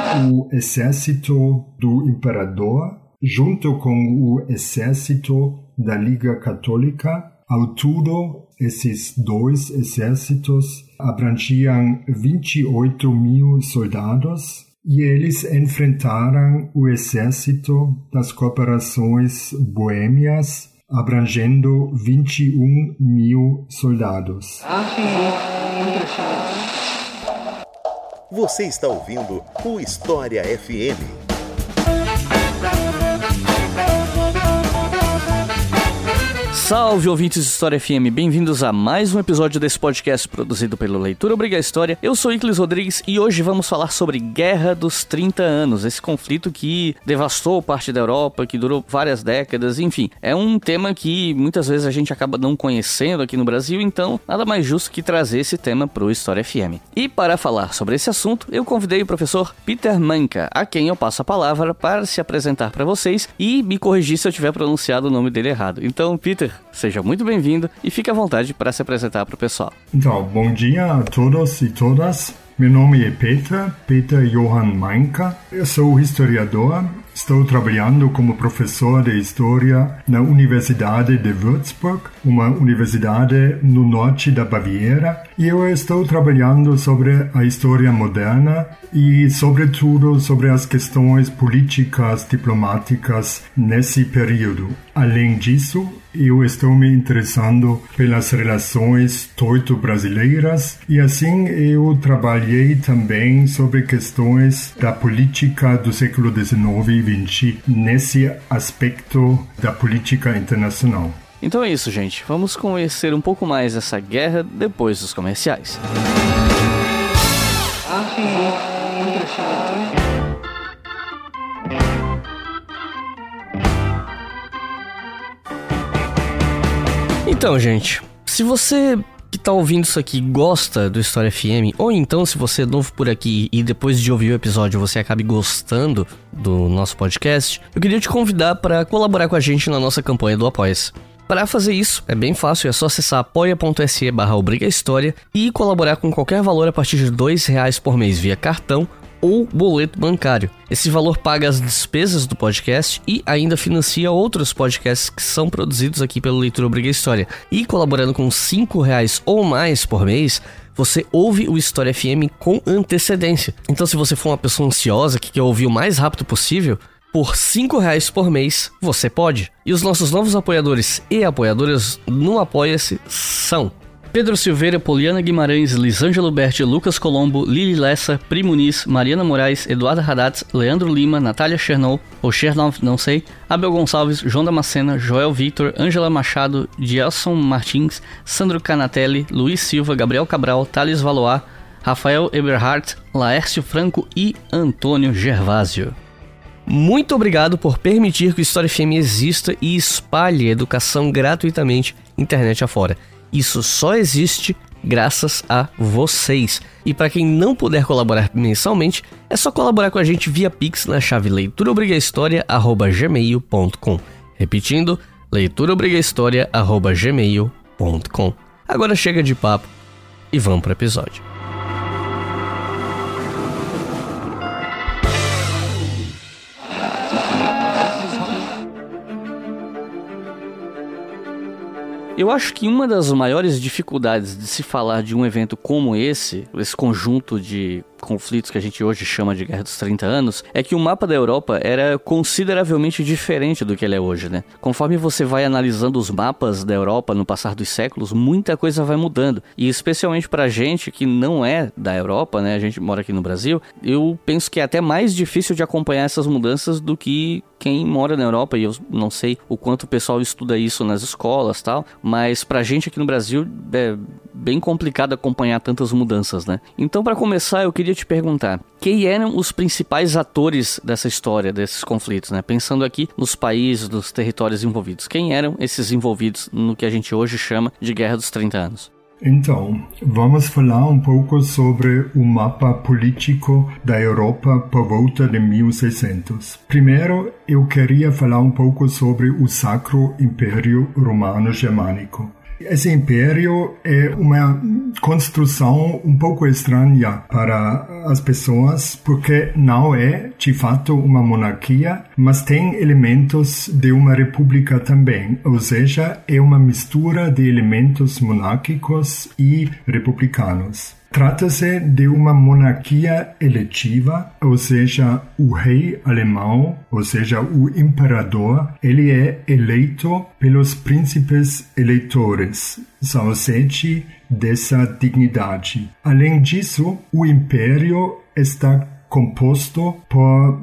o exército do imperador, junto com o exército da Liga Católica. Ao todo, esses dois exércitos abrangiam 28 mil soldados e eles enfrentaram o exército das corporações boêmias, abrangendo 21 mil soldados. Você está ouvindo o História FM. Salve, ouvintes de História FM, bem-vindos a mais um episódio desse podcast produzido pelo Leitura Obriga História. Eu sou Iclis Rodrigues e hoje vamos falar sobre Guerra dos 30 Anos, esse conflito que devastou parte da Europa, que durou várias décadas, enfim. É um tema que muitas vezes a gente acaba não conhecendo aqui no Brasil, então nada mais justo que trazer esse tema pro História FM. E para falar sobre esse assunto, eu convidei o professor Peter Manka, a quem eu passo a palavra para se apresentar para vocês e me corrigir se eu tiver pronunciado o nome dele errado. Então, Peter, seja muito bem-vindo e fique à vontade para se apresentar para o pessoal. Então, bom dia a todos e todas. Meu nome é Peter Johann Manka. Eu sou historiador. Estou trabalhando como professor de História na Universidade de Würzburg, uma universidade no norte da Baviera, e eu estou trabalhando sobre a história moderna e, sobretudo, sobre as questões políticas, diplomáticas nesse período. Além disso, eu estou me interessando pelas relações teuto-brasileiras e, assim, eu trabalhei também sobre questões da política do século XIX e XX nesse aspecto da política internacional. Então é isso, gente. Vamos conhecer um pouco mais essa guerra depois dos comerciais. Então, gente, se você que tá ouvindo isso aqui gosta do História FM, ou então se você é novo por aqui e depois de ouvir o episódio você acabe gostando do nosso podcast, eu queria te convidar para colaborar com a gente na nossa campanha do Apoia-se. Para fazer isso, é bem fácil, é só acessar apoia.se/obrigahistoria e colaborar com qualquer valor a partir de R$2 por mês via cartão ou boleto bancário. Esse valor paga as despesas do podcast e ainda financia outros podcasts que são produzidos aqui pelo Leitura Obriga História. E colaborando com R$5 ou mais por mês, você ouve o História FM com antecedência. Então, se você for uma pessoa ansiosa que quer ouvir o mais rápido possível, por R$5 por mês, você pode. E os nossos novos apoiadores e apoiadoras no Apoia-se são Pedro Silveira, Poliana Guimarães, Lisângelo Berti, Lucas Colombo, Lili Lessa, Pri Muniz, Mariana Moraes, Eduardo Haddad, Leandro Lima, Natália Chernow, ou Chernov, não sei, Abel Gonçalves, João Damascena, Joel Victor, Ângela Machado, Gelson Martins, Sandro Canatelli, Luiz Silva, Gabriel Cabral, Thales Valois, Rafael Eberhardt, Laércio Franco e Antônio Gervásio. Muito obrigado por permitir que o História FM exista e espalhe educação gratuitamente internet afora. Isso só existe graças a vocês. E para quem não puder colaborar mensalmente, é só colaborar com a gente via Pix na chave leituraobrigahistoria@gmail.com. Repetindo, leituraobrigahistoria@gmail.com. Agora chega de papo e vamos para o episódio. Eu acho que uma das maiores dificuldades de se falar de um evento como esse conjunto de conflitos que a gente hoje chama de Guerra dos 30 Anos, é que o mapa da Europa era consideravelmente diferente do que ele é hoje, né? Conforme você vai analisando os mapas da Europa no passar dos séculos, muita coisa vai mudando. E especialmente pra gente que não é da Europa, né? A gente mora aqui no Brasil, eu penso que é até mais difícil de acompanhar essas mudanças do que quem mora na Europa, e eu não sei o quanto o pessoal estuda isso nas escolas e tal, mas pra gente aqui no Brasil é bem complicado acompanhar tantas mudanças, né? Então, pra começar, eu queria te perguntar, quem eram os principais atores dessa história, desses conflitos, né? Pensando aqui nos países, nos territórios envolvidos, quem eram esses envolvidos no que a gente hoje chama de Guerra dos 30 Anos? Então, vamos falar um pouco sobre o mapa político da Europa por volta de 1600. Primeiro, eu queria falar um pouco sobre o Sacro Império Romano Germânico. Esse império é uma construção um pouco estranha para as pessoas, porque não é, de fato, uma monarquia, mas tem elementos de uma república também, ou seja, é uma mistura de elementos monárquicos e republicanos. Trata-se de uma monarquia eletiva, ou seja, o rei alemão, ou seja, o imperador, ele é eleito pelos príncipes eleitores. São 7 dessa dignidade. Além disso, o império está composto por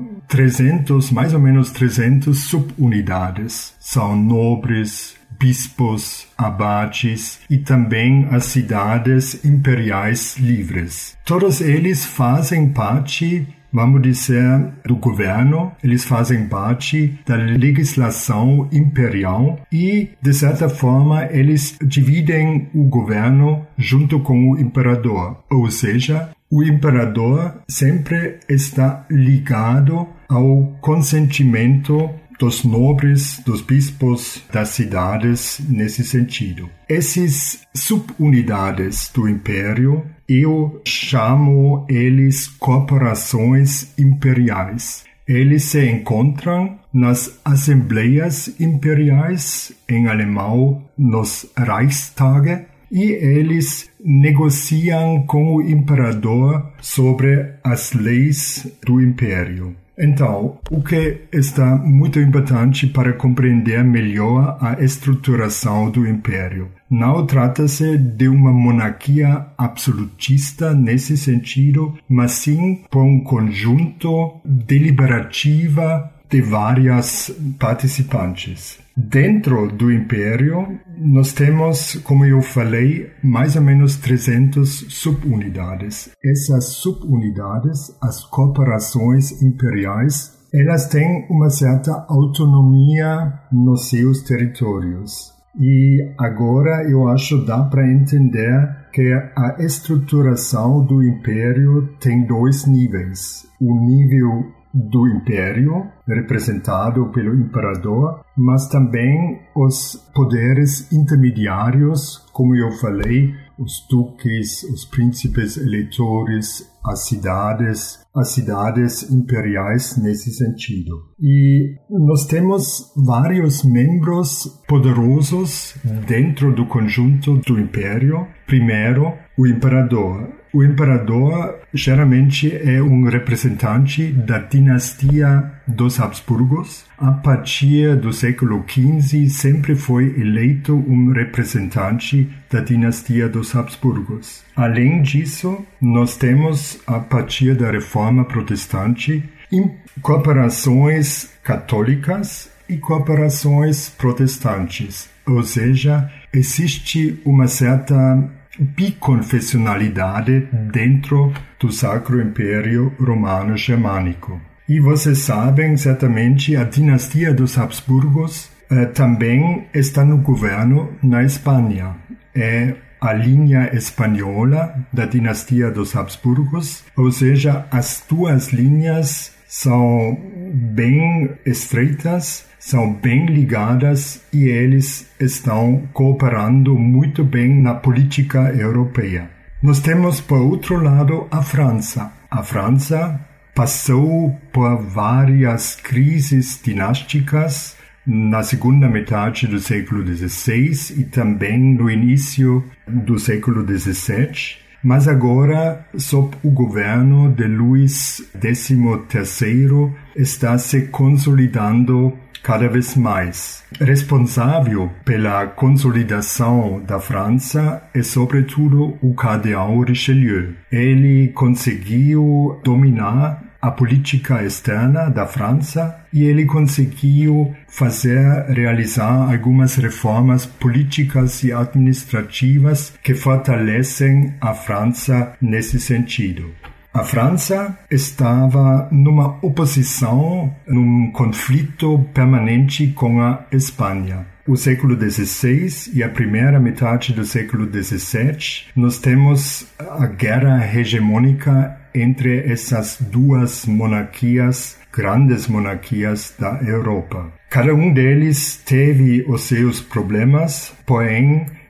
mais ou menos 300 subunidades. São nobres, bispos, abades e também as cidades imperiais livres. Todos eles fazem parte, vamos dizer, do governo, eles fazem parte da legislação imperial e, de certa forma, eles dividem o governo junto com o imperador. Ou seja, o imperador sempre está ligado ao consentimento dos nobres, dos bispos, das cidades, nesse sentido. Essas subunidades do império, eu chamo eles corporações imperiais. Eles se encontram nas assembleias imperiais, em alemão, nos Reichstage, e eles negociam com o imperador sobre as leis do império. Então, o que está muito importante para compreender melhor a estruturação do império? Não trata-se de uma monarquia absolutista nesse sentido, mas sim por um conjunto deliberativo de várias participantes. Dentro do império, nós temos, como eu falei, mais ou menos 300 subunidades. Essas subunidades, as corporações imperiais, elas têm uma certa autonomia nos seus territórios. E agora eu acho que dá para entender que a estruturação do império tem 2 níveis. O nível do império, representado pelo imperador, mas também os poderes intermediários, como eu falei, os duques, os príncipes eleitores, as cidades imperiais nesse sentido. E nós temos vários membros poderosos dentro do conjunto do império. Primeiro, o imperador. O imperador geralmente é um representante da dinastia dos Habsburgos. A partir do século XV sempre foi eleito um representante da dinastia dos Habsburgos. Além disso, nós temos, a partir da Reforma Protestante, corporações católicas e corporações protestantes. Ou seja, existe uma certa biconfessionalidade dentro do Sacro Império Romano Germânico. E vocês sabem, certamente, a dinastia dos Habsburgos também está no governo na Espanha. É a linha espanhola da dinastia dos Habsburgos, ou seja, as 2 linhas são bem estreitas, são bem ligadas e eles estão cooperando muito bem na política europeia. Nós temos, por outro lado, a França. A França passou por várias crises dinásticas na segunda metade do século XVI e também no início do século XVII. Mas agora, sob o governo de Luís XIII, está se consolidando cada vez mais. Responsável pela consolidação da França é, sobretudo, o cardeal Richelieu. Ele conseguiu dominar a política externa da França e ele conseguiu realizar algumas reformas políticas e administrativas que fortalecem a França nesse sentido. A França estava numa oposição, num conflito permanente com a Espanha. O século XVI e a primeira metade do século XVII, nós temos a guerra hegemônica entre essas 2 monarquias, grandes monarquias da Europa. Cada um deles teve os seus problemas, porém,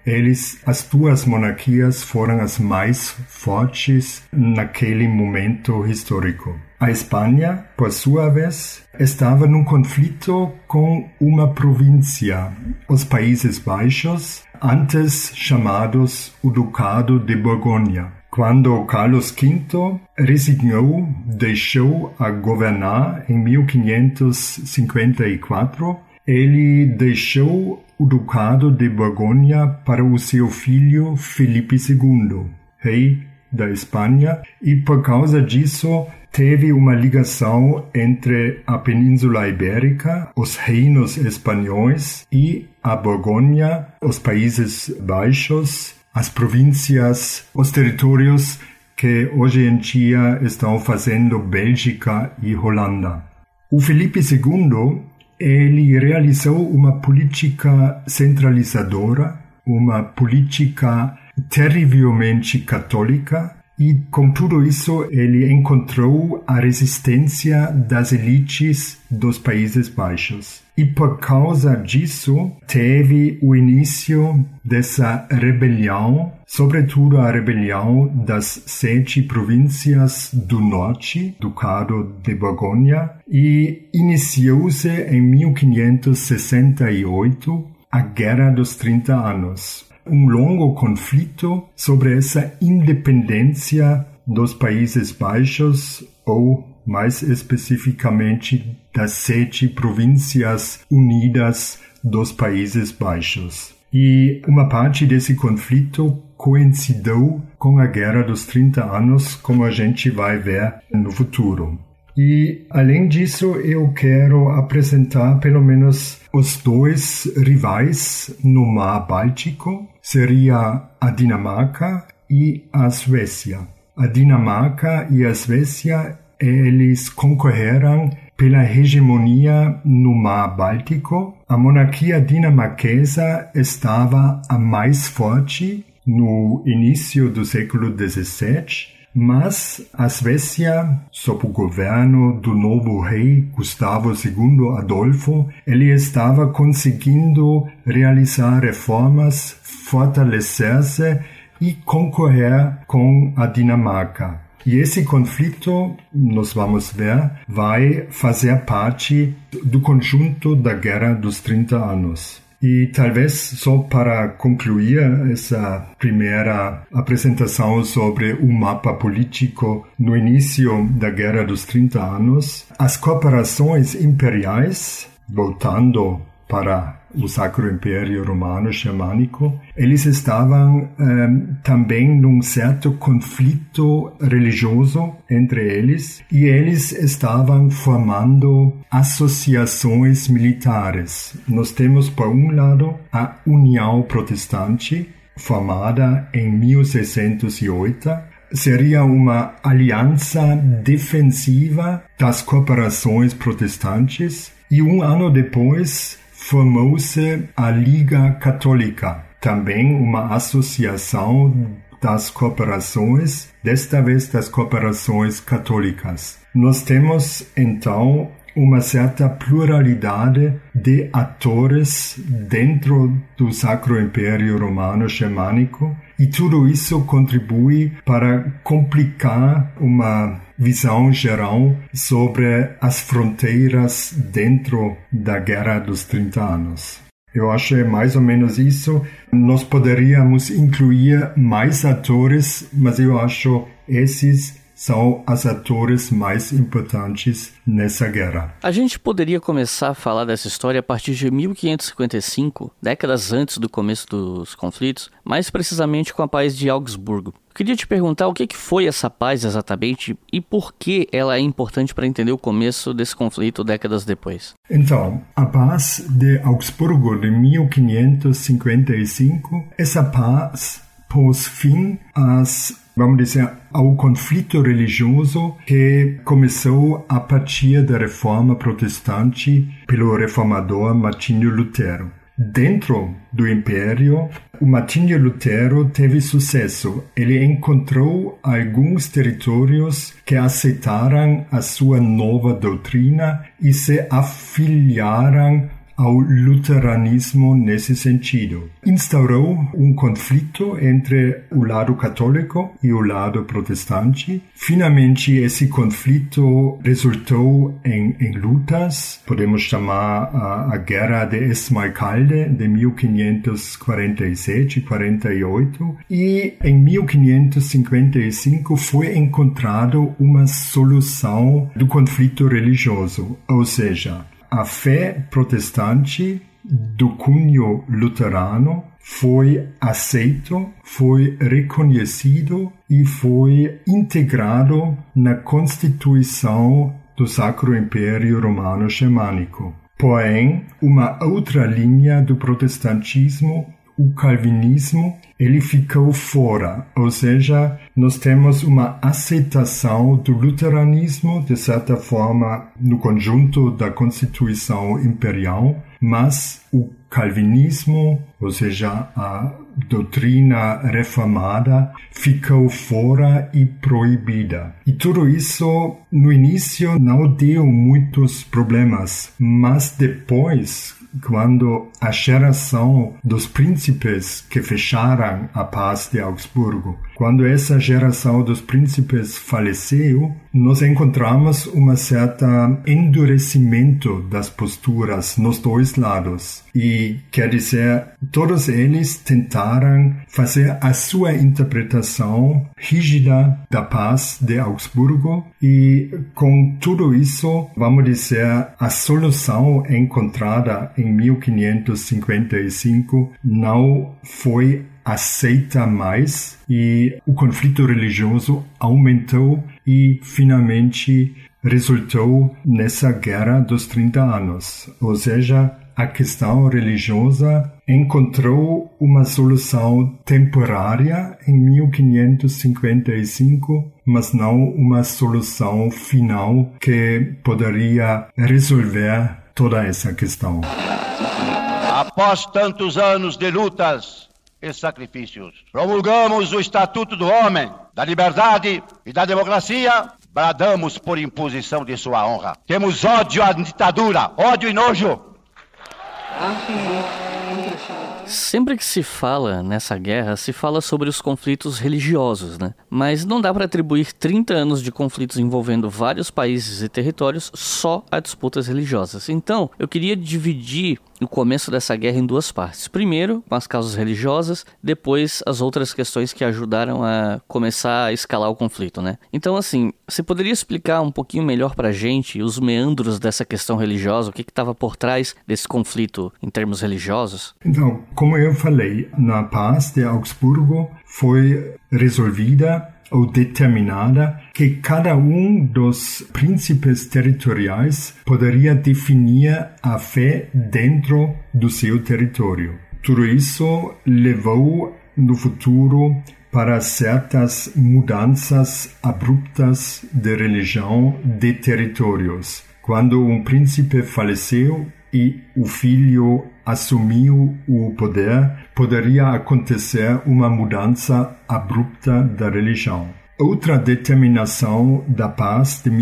As duas monarquias foram as mais fortes naquele momento histórico. A Espanha, por sua vez, estava num conflito com uma província, os Países Baixos, antes chamados o Ducado de Borgonha. Quando Carlos V resignou, deixou a governar em 1554, ele deixou o Ducado de Borgonha para o seu filho Felipe II, rei da Espanha, e por causa disso teve uma ligação entre a Península Ibérica, os reinos espanhóis, e a Borgonha, os Países Baixos, as províncias, os territórios que hoje em dia estão fazendo Bélgica e Holanda. O Felipe II, ele realizou uma política centralizadora, uma política terrivelmente católica, e com tudo isso ele encontrou a resistência das elites dos Países Baixos. E por causa disso teve o início dessa rebelião, sobretudo a rebelião das 7 províncias do norte, Ducado de Borgonha, e iniciou-se em 1568 a Guerra dos 30 Anos. Um longo conflito sobre essa independência dos Países Baixos, ou mais especificamente das 7 províncias unidas dos Países Baixos. E uma parte desse conflito coincidiu com a Guerra dos 30 Anos, como a gente vai ver no futuro. E, além disso, eu quero apresentar pelo menos os 2 rivais no Mar Báltico. Seria a Dinamarca e a Suécia. A Dinamarca e a Suécia, eles concorreram pela hegemonia no Mar Báltico. A monarquia dinamarquesa estava a mais forte no início do século XVII, mas a Suécia, sob o governo do novo rei Gustavo II Adolfo, ele estava conseguindo realizar reformas, fortalecer-se e concorrer com a Dinamarca. E esse conflito, nós vamos ver, vai fazer parte do conjunto da Guerra dos 30 Anos. E talvez só para concluir essa primeira apresentação sobre o mapa político no início da Guerra dos 30 Anos, as corporações imperiais, voltando para o Sacro Império Romano Germânico, eles estavam também num certo conflito religioso entre eles, e eles estavam formando associações militares. Nós temos, por um lado, a União Protestante, formada em 1608, seria uma aliança defensiva das corporações protestantes, e um ano depois formou-se a Liga Católica, também uma associação das corporações, desta vez das corporações católicas. Nós temos, então, uma certa pluralidade de atores dentro do Sacro Império Romano Germânico, e tudo isso contribui para complicar uma visão geral sobre as fronteiras dentro da Guerra dos 30 Anos. Eu acho mais ou menos isso. Nós poderíamos incluir mais atores, mas eu acho esses são os atores mais importantes nessa guerra. A gente poderia começar a falar dessa história a partir de 1555, décadas antes do começo dos conflitos, mais precisamente com a paz de Augsburgo. Eu queria te perguntar o que foi essa paz exatamente e por que ela é importante para entender o começo desse conflito décadas depois. Então, a paz de Augsburgo de 1555, essa paz pôs fim ao conflito religioso que começou a partir da reforma protestante pelo reformador Martinho Lutero. Dentro do Império, o Martinho Lutero teve sucesso. Ele encontrou alguns territórios que aceitaram a sua nova doutrina e se afiliaram ao luteranismo nesse sentido. Instaurou conflito entre o lado católico e o lado protestante. Finalmente, esse conflito resultou em lutas, podemos chamar a Guerra de Esmalcalde de 1547-48, e em 1555 foi encontrado uma solução do conflito religioso, ou seja, a fé protestante do cunho luterano foi aceito, foi reconhecido e foi integrado na Constituição do Sacro Império Romano Germânico. Porém, uma outra linha do protestantismo, o calvinismo, ele ficou fora, ou seja, nós temos uma aceitação do luteranismo, de certa forma, no conjunto da Constituição Imperial, mas o calvinismo, ou seja, a doutrina reformada, ficou fora e proibida. E tudo isso, no início, não deu muitos problemas, mas depois, quando a geração dos príncipes que fecharam a paz de Augsburgo, quando essa geração dos príncipes faleceu, nós encontramos um certo endurecimento das posturas nos dois lados. E, quer dizer, todos eles tentaram fazer a sua interpretação rígida da paz de Augsburgo e, com tudo isso, vamos dizer, a solução encontrada em 1555 não foi aceita mais e o conflito religioso aumentou e finalmente resultou nessa guerra dos 30 anos. Ou seja, a questão religiosa encontrou uma solução temporária em 1555, mas não uma solução final que poderia resolver toda essa questão. Após tantos anos de lutas e sacrifícios, promulgamos o Estatuto do Homem, da Liberdade e da Democracia, bradamos por imposição de sua honra. Temos ódio à ditadura, ódio e nojo. Sempre que se fala nessa guerra, se fala sobre os conflitos religiosos, né? Mas não dá para atribuir 30 anos de conflitos envolvendo vários países e territórios só a disputas religiosas. Então, eu queria dividir o começo dessa guerra em duas partes. Primeiro, com as causas religiosas, depois as outras questões que ajudaram a começar a escalar o conflito, né? Então, assim, você poderia explicar um pouquinho melhor pra gente os meandros dessa questão religiosa, o que estava por trás desse conflito em termos religiosos? Então, como eu falei, na paz de Augsburgo foi resolvida ou determinada que cada dos príncipes territoriais poderia definir a fé dentro do seu território. Tudo isso levou no futuro para certas mudanças abruptas de religião de territórios. Quando um príncipe faleceu e o filho assumiu o poder, poderia acontecer uma mudança abrupta da religião. Outra determinação da paz de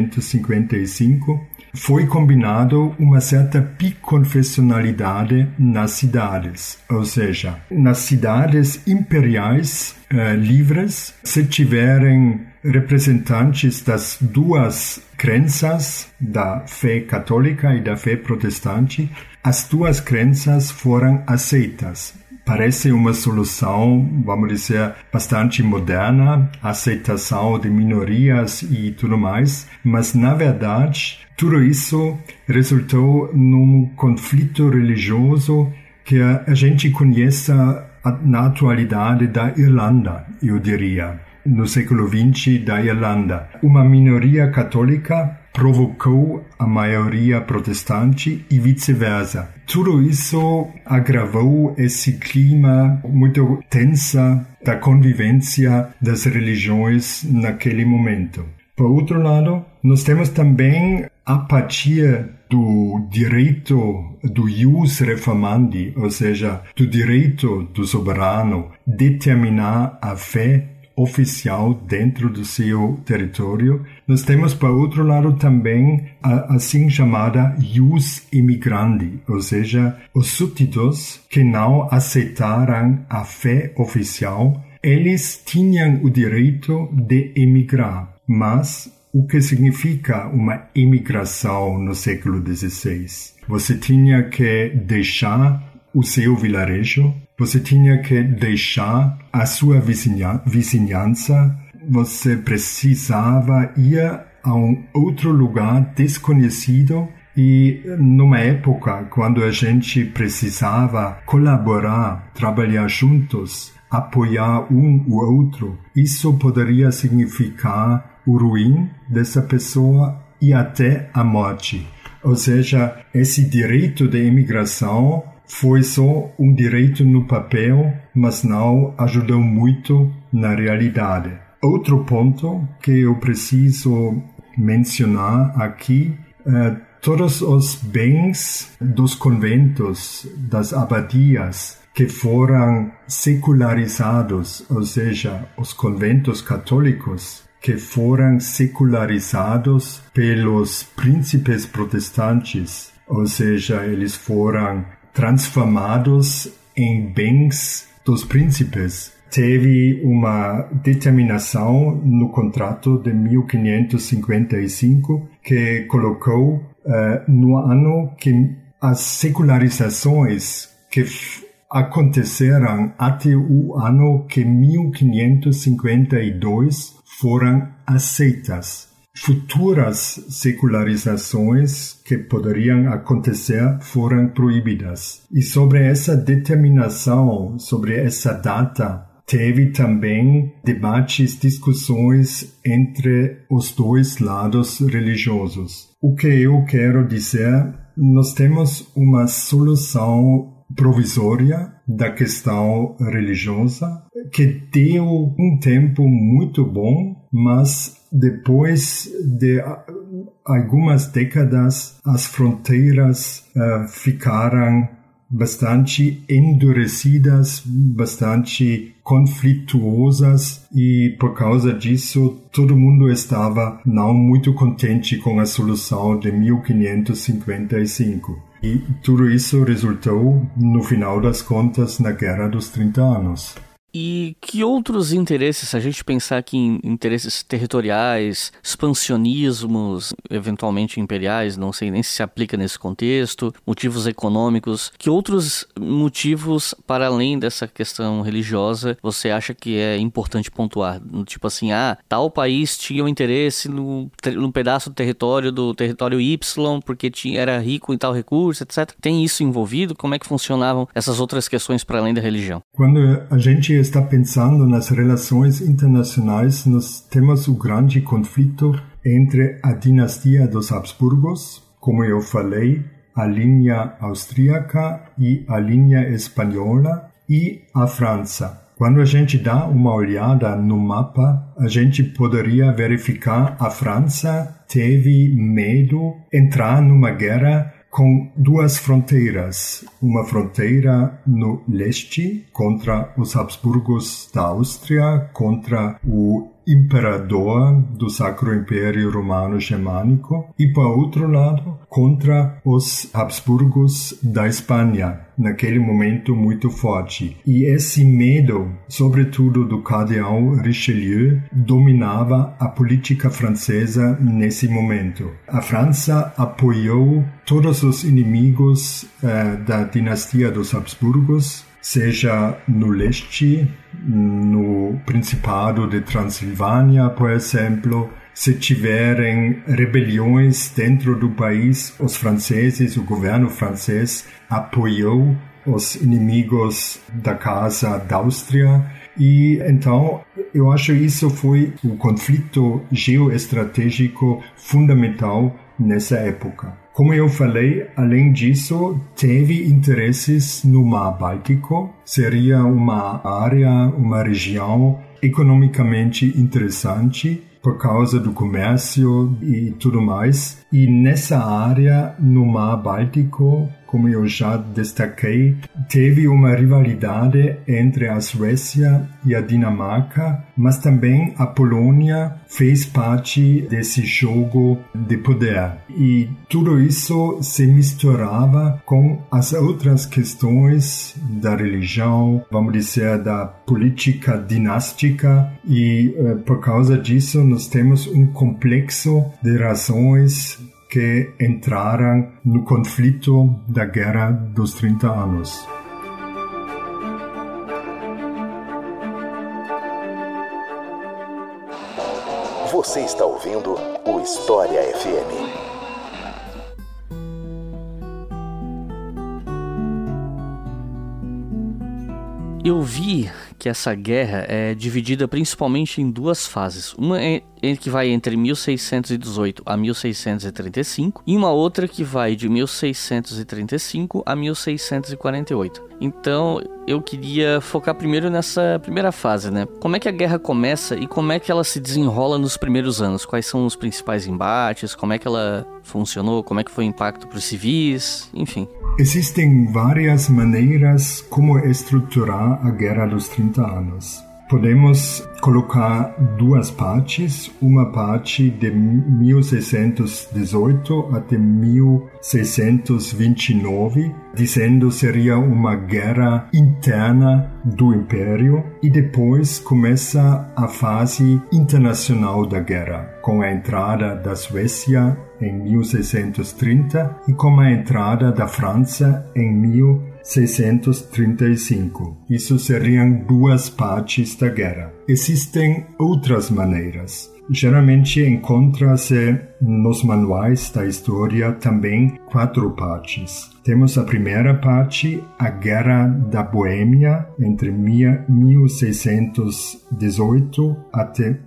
1555 foi combinado uma certa biconfessionalidade nas cidades, ou seja, nas cidades imperiais livres, se tiverem representantes das duas crenças, da fé católica e da fé protestante, as duas crenças foram aceitas. Parece uma solução, vamos dizer, bastante moderna, aceitação de minorias e tudo mais, mas na verdade tudo isso resultou num conflito religioso que a gente conhece na atualidade da Irlanda, eu diria. No século XX da Irlanda. Uma minoria católica provocou a maioria protestante e vice-versa. Tudo isso agravou esse clima muito tenso da convivência das religiões naquele momento. Por outro lado, nós temos também, a partir do direito do ius reformandi, ou seja, do direito do soberano determinar a fé oficial dentro do seu território. Nós temos, por outro lado, também a assim chamada ius immigrandi, ou seja, os súditos que não aceitaram a fé oficial, eles tinham o direito de emigrar, mas o que significa uma imigração no século XVI? Você tinha que deixar o seu vilarejo, você tinha que deixar a sua vizinhança, você precisava ir a um outro lugar desconhecido. E numa época quando a gente precisava colaborar, trabalhar juntos, apoiar um o outro, isso poderia significar o ruim dessa pessoa e até a morte. Ou seja, esse direito de imigração foi só um direito no papel, mas não ajudou muito na realidade. Outro ponto que eu preciso mencionar aqui todos os bens dos conventos, das abadias, que foram secularizados, ou seja, os conventos católicos, que foram secularizados pelos príncipes protestantes, ou seja, eles foram transformados em bens dos príncipes. Teve uma determinação no contrato de 1555 que colocou no ano que as secularizações que aconteceram até o ano que 1552 foram aceitas. Futuras secularizações que poderiam acontecer foram proibidas. E sobre essa determinação, sobre essa data, teve também debates, discussões entre os dois lados religiosos. O que eu quero dizer, nós temos uma solução provisória da questão religiosa que deu um tempo muito bom, mas depois de algumas décadas as fronteiras ficaram bastante endurecidas, bastante conflituosas e por causa disso todo mundo estava não muito contente com a solução de 1555. E tudo isso resultou, no final das contas, na Guerra dos 30 Anos. E que outros interesses, se a gente pensar aqui em interesses territoriais, expansionismos, eventualmente imperiais, não sei nem se aplica nesse contexto, motivos econômicos, que outros motivos, para além dessa questão religiosa, você acha que é importante pontuar? Tipo assim, tal país tinha um interesse num pedaço do território Y, porque era rico em tal recurso, etc. Tem isso envolvido? Como é que funcionavam essas outras questões para além da religião? Quando a gente está pensando nas relações internacionais, nós temos o grande conflito entre a dinastia dos Habsburgos, como eu falei, a linha austríaca e a linha espanhola, e a França. Quando a gente dá uma olhada no mapa, a gente poderia verificar a França teve medo de entrar numa guerra com duas fronteiras, uma fronteira no leste contra os Habsburgos da Áustria, contra o imperador do Sacro Império Romano Germânico e, por outro lado, contra os Habsburgos da Espanha, naquele momento muito forte. E esse medo, sobretudo do cardeal Richelieu, dominava a política francesa nesse momento. A França apoiou todos os inimigos da dinastia dos Habsburgos, seja no leste, no Principado de Transilvânia, por exemplo. Se tiverem rebeliões dentro do país, os franceses, o governo francês apoiou os inimigos da Casa da Áustria. E então, eu acho que isso foi um conflito geoestratégico fundamental nessa época. Como eu falei, além disso, teve interesses no Mar Báltico. Seria uma área, uma região economicamente interessante por causa do comércio e tudo mais. E nessa área, no Mar Báltico, como eu já destaquei, teve uma rivalidade entre a Suécia e a Dinamarca, mas também a Polônia fez parte desse jogo de poder. E tudo isso se misturava com as outras questões da religião, vamos dizer, da política dinástica, e por causa disso nós temos um complexo de razões que entraram no conflito da Guerra dos 30 anos. Você está ouvindo o História FM. Eu vi que essa guerra é dividida principalmente em duas fases. Uma que vai entre 1618 a 1635 e uma outra que vai de 1635 a 1648. Então, eu queria focar primeiro nessa primeira fase, né? Como é que a guerra começa e como é que ela se desenrola nos primeiros anos? Quais são os principais embates? Como é que ela funcionou? Como é que foi o impacto para os civis? Enfim. Existem várias maneiras como estruturar a Guerra dos 30 anos. Podemos colocar duas partes, uma parte de 1618 até 1629, dizendo seria uma guerra interna do Império, e depois começa a fase internacional da guerra, com a entrada da Suécia em 1630 e com a entrada da França em 1635. Isso seriam duas partes da guerra. Existem outras maneiras. Geralmente encontra-se nos manuais da história também 4 partes. Temos a primeira parte, a Guerra da Boêmia, entre 1618 até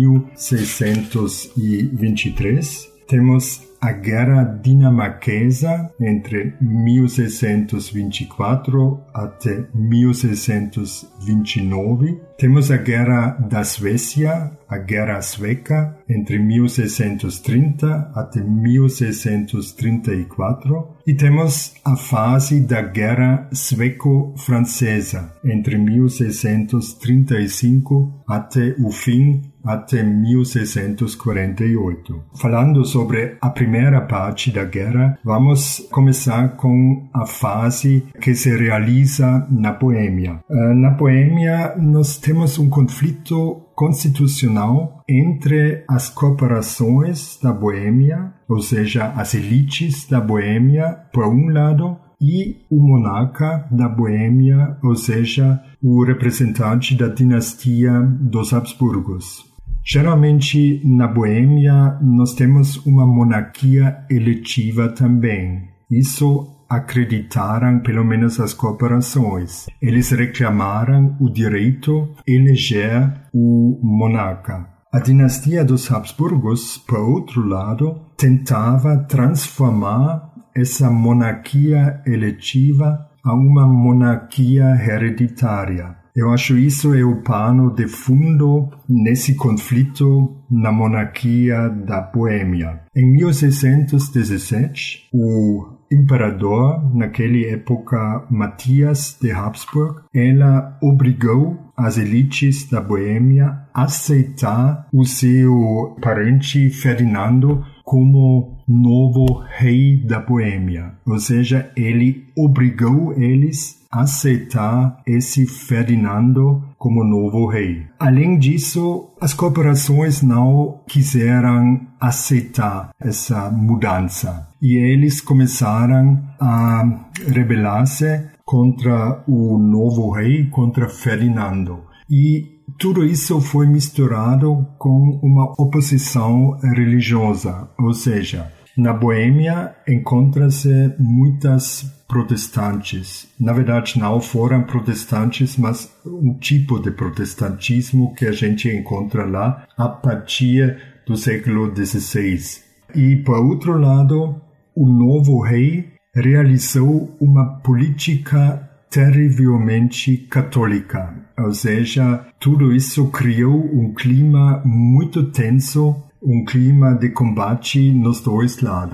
1623. Temos a Guerra Dinamarquesa, entre 1624 até 1629. Temos a Guerra da Suécia, a Guerra Sueca, entre 1630 até 1634. E temos a fase da Guerra Sueco-Francesa, entre 1635 até o fim, até 1648. Falando sobre a primeira parte da guerra, vamos começar com a fase que se realiza na Boêmia. Na Boêmia, nós temos um conflito constitucional entre as corporações da Boêmia, ou seja, as elites da Boêmia, por um lado, e o monarca da Boêmia, ou seja, o representante da dinastia dos Habsburgos. Geralmente, na Boêmia, nós temos uma monarquia eletiva também. Isso acreditaram pelo menos as corporações. Eles reclamaram o direito de eleger o monarca. A dinastia dos Habsburgos, por outro lado, tentava transformar essa monarquia eletiva a uma monarquia hereditária. Eu acho isso é o pano de fundo nesse conflito na monarquia da Boêmia. Em 1617, o imperador, naquela época Matias de Habsburg, ela obrigou as elites da Boêmia a aceitar o seu parente Ferdinando como novo rei da Boêmia. Ou seja, ele obrigou eles a aceitar esse Ferdinando como novo rei. Além disso, as corporações não quiseram aceitar essa mudança. E eles começaram a rebelar-se contra o novo rei, contra Ferdinando. E tudo isso foi misturado com uma oposição religiosa, ou seja, na Boêmia encontra-se muitas protestantes. Na verdade, não foram protestantes, mas um tipo de protestantismo que a gente encontra lá a partir do século XVI. E, por outro lado, o novo rei realizou uma política terrivelmente católica. Ou seja, tudo isso criou um clima muito tenso, um clima de combate nos dois lados.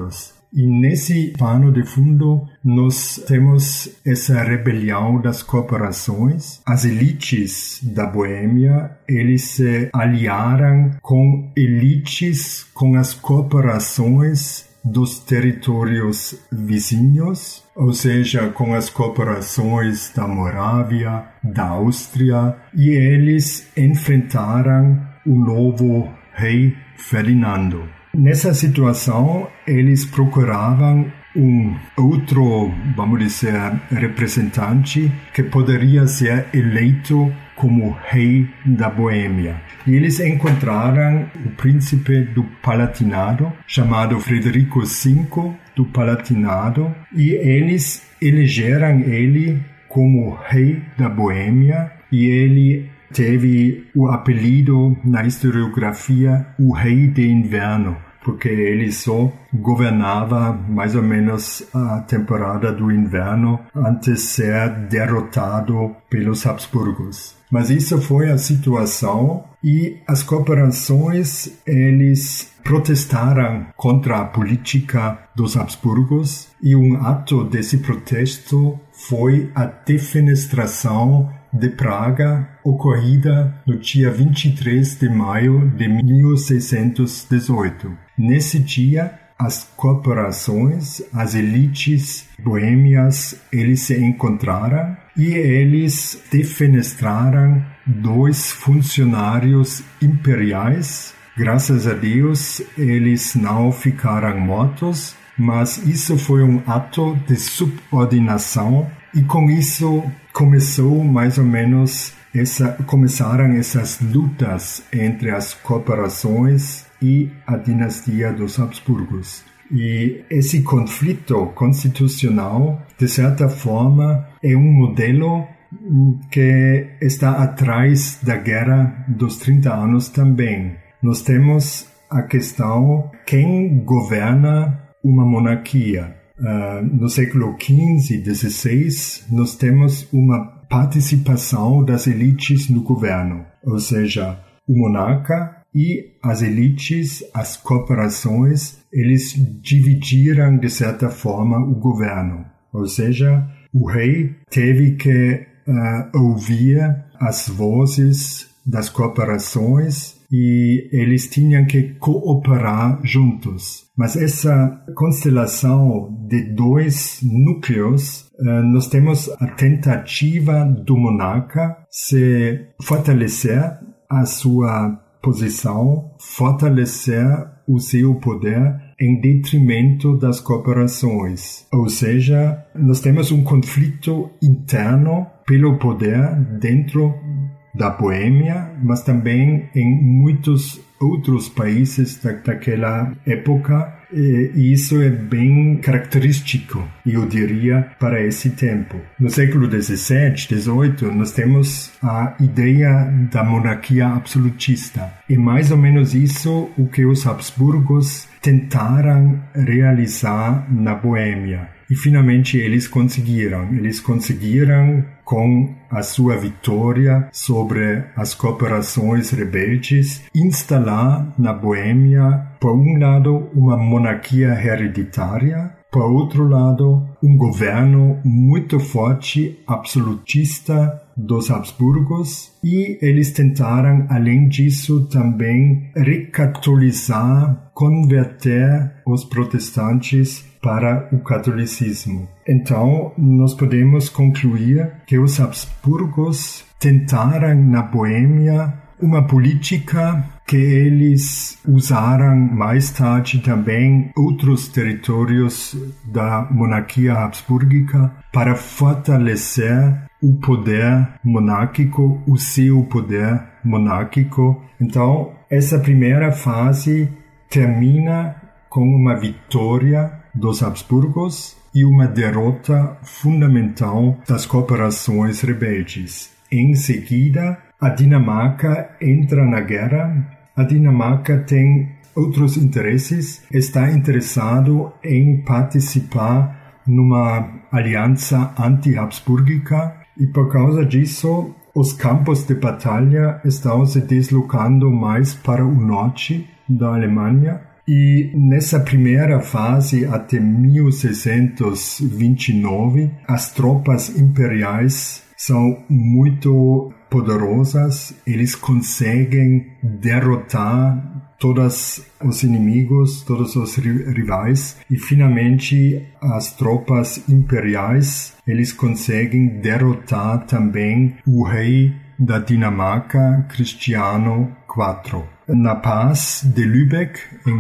E nesse pano de fundo nós temos essa rebelião das corporações. As elites da Boêmia, eles se aliaram com elites, com as corporações dos territórios vizinhos, ou seja, com as corporações da Morávia, da Áustria, e eles enfrentaram o novo rei Ferdinando. Nessa situação, eles procuravam um outro, vamos dizer, representante que poderia ser eleito como rei da Boêmia. E eles encontraram o príncipe do Palatinado, chamado Frederico V do Palatinado, e eles elegeram ele como rei da Boêmia, e ele teve o apelido na historiografia o Rei de Inverno, porque ele só governava mais ou menos a temporada do inverno antes de ser derrotado pelos Habsburgos. Mas isso foi a situação e as corporações, eles protestaram contra a política dos Habsburgos e um ato desse protesto foi a defenestração de Praga, ocorrida no dia 23 de maio de 1618. Nesse dia, as corporações, as elites boêmias, eles se encontraram e eles defenestraram 2 funcionários imperiais. Graças a Deus, eles não ficaram mortos, mas isso foi um ato de subordinação e com isso começou mais ou menos começaram essas lutas entre as corporações e a dinastia dos Habsburgos. E esse conflito constitucional, de certa forma, é um modelo que está atrás da Guerra dos 30 anos também. Nós temos a questão quem governa uma monarquia. No século XV e XVI, nós temos uma participação das elites no governo, ou seja, o monarca e as elites, as corporações, eles dividiram de certa forma o governo, ou seja, o rei teve que ouvir as vozes das corporações e eles tinham que cooperar juntos. Mas essa constelação de 2 núcleos, nós temos a tentativa do monarca se fortalecer a sua posição, fortalecer o seu poder em detrimento das corporações. Ou seja, nós temos um conflito interno pelo poder dentro da Boêmia, mas também em muitos outros países daquela época, e isso é bem característico, eu diria, para esse tempo. No século XVII, XVIII, nós temos a ideia da monarquia absolutista. É mais ou menos isso o que os Habsburgos tentaram realizar na Boêmia. E finalmente eles conseguiram. Eles conseguiram, com a sua vitória sobre as corporações rebeldes, instalar na Boêmia, por um lado, uma monarquia hereditária, por outro lado, um governo muito forte, absolutista, dos Habsburgos, e eles tentaram, além disso, também recatolizar, converter os protestantes para o catolicismo. Então, nós podemos concluir que os Habsburgos tentaram na Boêmia uma política que eles usaram mais tarde também outros territórios da monarquia habsbúrgica para fortalecer o poder monárquico, o seu poder monárquico. Então, essa primeira fase termina com uma vitória dos Habsburgos e uma derrota fundamental das corporações rebeldes. Em seguida, a Dinamarca entra na guerra. A Dinamarca tem outros interesses, está interessado em participar numa aliança anti-habsbúrgica e por causa disso os campos de batalha estão se deslocando mais para o norte da Alemanha E nessa primeira fase, até 1629, as tropas imperiais são muito poderosas, eles conseguem derrotar todos os inimigos, todos os rivais, e finalmente as tropas imperiais, eles conseguem derrotar também o rei da Dinamarca, Cristiano IV. Na paz de Lübeck, em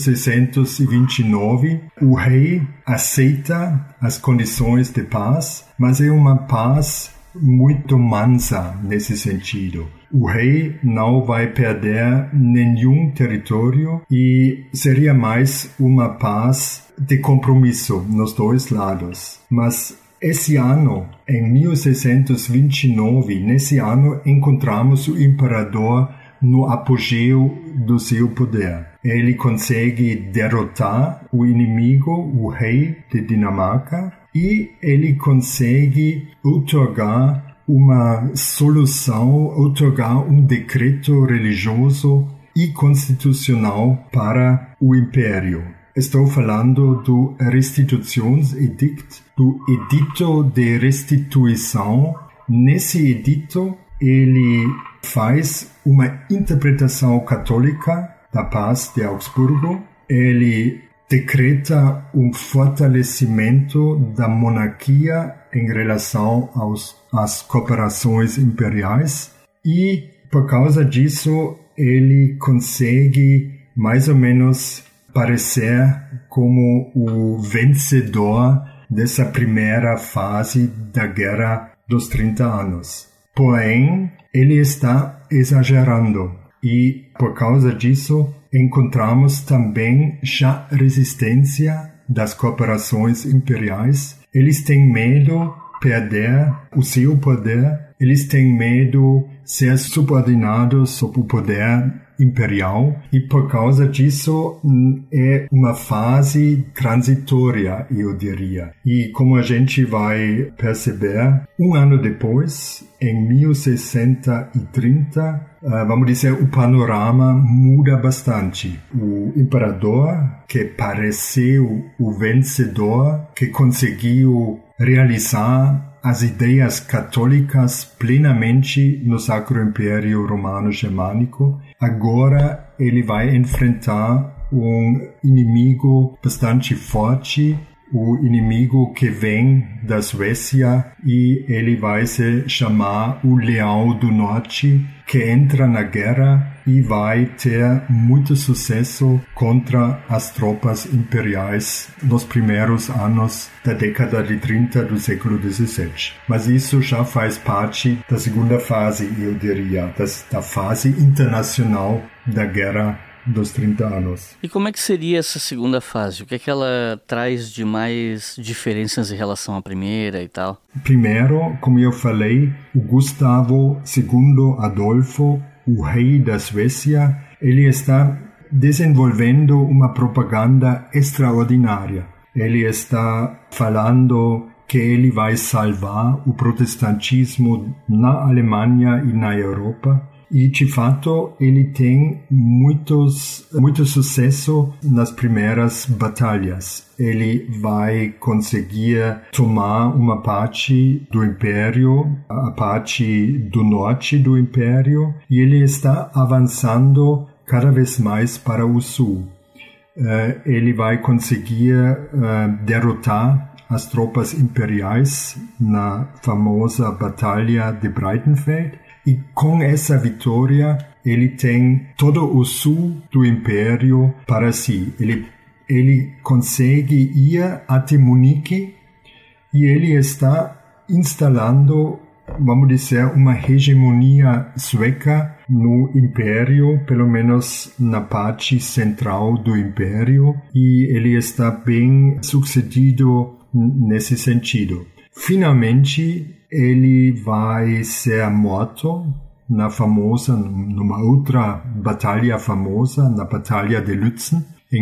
1629, o rei aceita as condições de paz, mas é uma paz muito mansa nesse sentido. O rei não vai perder nenhum território e seria mais uma paz de compromisso nos dois lados. Mas esse ano, em 1629, nesse ano, encontramos o imperador no apogeu do seu poder. Ele consegue derrotar o inimigo, o rei de Dinamarca, e ele consegue outorgar uma solução, outorgar um decreto religioso e constitucional para o império. Estou falando do Restitutionsedict, do Edito de Restituição. Nesse edito, ele faz uma interpretação católica da paz de Augsburgo. Ele decreta um fortalecimento da monarquia em relação às corporações imperiais e, por causa disso, ele consegue mais ou menos parecer como o vencedor dessa primeira fase da Guerra dos 30 anos. Porém, ele está exagerando e, por causa disso, encontramos também já resistência das corporações imperiais. Eles têm medo de perder o seu poder, eles têm medo de ser subordinados sob o poder imperial e, por causa disso, é uma fase transitória, eu diria. E como a gente vai perceber, um ano depois, em 1630, vamos dizer, o panorama muda bastante. O imperador, que pareceu o vencedor, que conseguiu realizar as ideias católicas plenamente no Sacro Império Romano-Germânico, agora ele vai enfrentar um inimigo bastante forte, o inimigo que vem da Suécia, e ele vai se chamar o Leão do Norte, que entra na guerra e vai ter muito sucesso contra as tropas imperiais nos primeiros anos da década de 30 do século XVII. Mas isso já faz parte da segunda fase, eu diria, da fase internacional da Guerra dos 30 anos. E como é que seria essa segunda fase? O que é que ela traz de mais diferenças em relação à primeira e tal? Primeiro, como eu falei, o Gustavo II Adolfo, o rei da Suécia, ele está desenvolvendo uma propaganda extraordinária. Ele está falando que ele vai salvar o protestantismo na Alemanha e na Europa. E, de fato, ele tem muito sucesso nas primeiras batalhas. Ele vai conseguir tomar uma parte do Império, a parte do norte do Império, e ele está avançando cada vez mais para o sul. Ele vai conseguir derrotar as tropas imperiais na famosa Batalha de Breitenfeld. E com essa vitória, ele tem todo o sul do Império para si. Ele consegue ir até Munique e ele está instalando, vamos dizer, uma hegemonia sueca no Império, pelo menos na parte central do Império, e ele está bem sucedido nesse sentido. Finalmente, ele vai ser morto numa outra batalha famosa, na Batalha de Lützen, em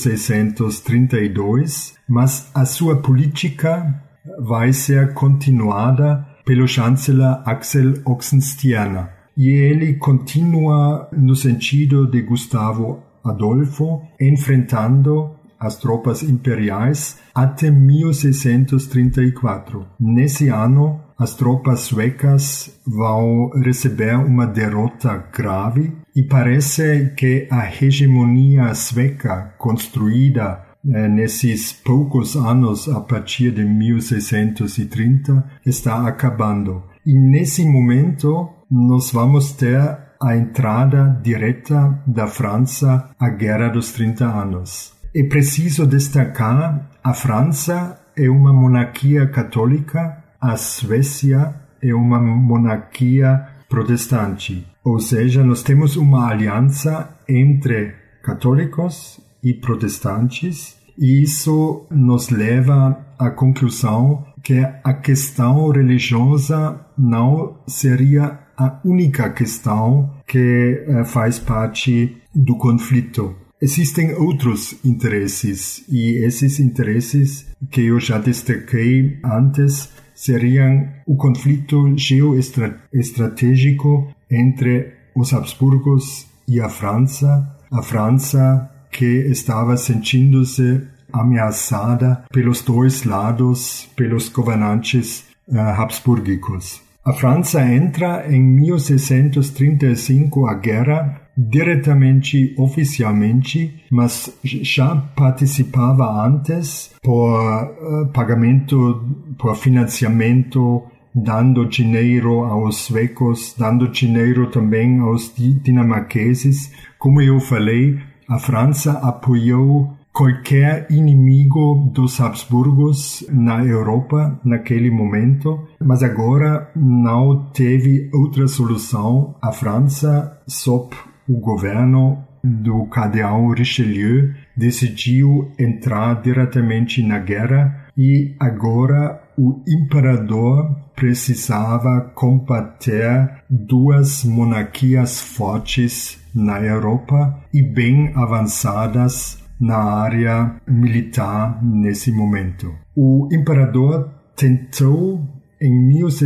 1632, mas a sua política vai ser continuada pelo chanceler Axel Oxenstierna. E ele continua no sentido de Gustavo Adolfo, enfrentando as tropas imperiais até 1634. Nesse ano, as tropas suecas vão receber uma derrota grave e parece que a hegemonia sueca construída nesses poucos anos a partir de 1630 está acabando. E nesse momento, nós vamos ter a entrada direta da França à Guerra dos 30 Anos. É preciso destacar, a França é uma monarquia católica, a Suécia é uma monarquia protestante. Ou seja, nós temos uma aliança entre católicos e protestantes, e isso nos leva à conclusão que a questão religiosa não seria a única questão que faz parte do conflito. Existem outros interesses, e esses interesses que eu já destaquei antes seriam o conflito geoestratégico entre os Habsburgos e a França que estava sentindo-se ameaçada pelos dois lados, pelos governantes habsburgicos. A França entra em 1635 à guerra diretamente, oficialmente, mas já participava antes por pagamento, por financiamento, dando dinheiro aos suecos, dando dinheiro também aos dinamarqueses. Como eu falei, a França apoiou qualquer inimigo dos Habsburgos na Europa naquele momento, mas agora não teve outra solução. A França, sob o governo do cardeal Richelieu, decidiu entrar diretamente na guerra e agora o imperador precisava combater duas monarquias fortes na Europa e bem avançadas na área militar nesse momento. O imperador tentou, em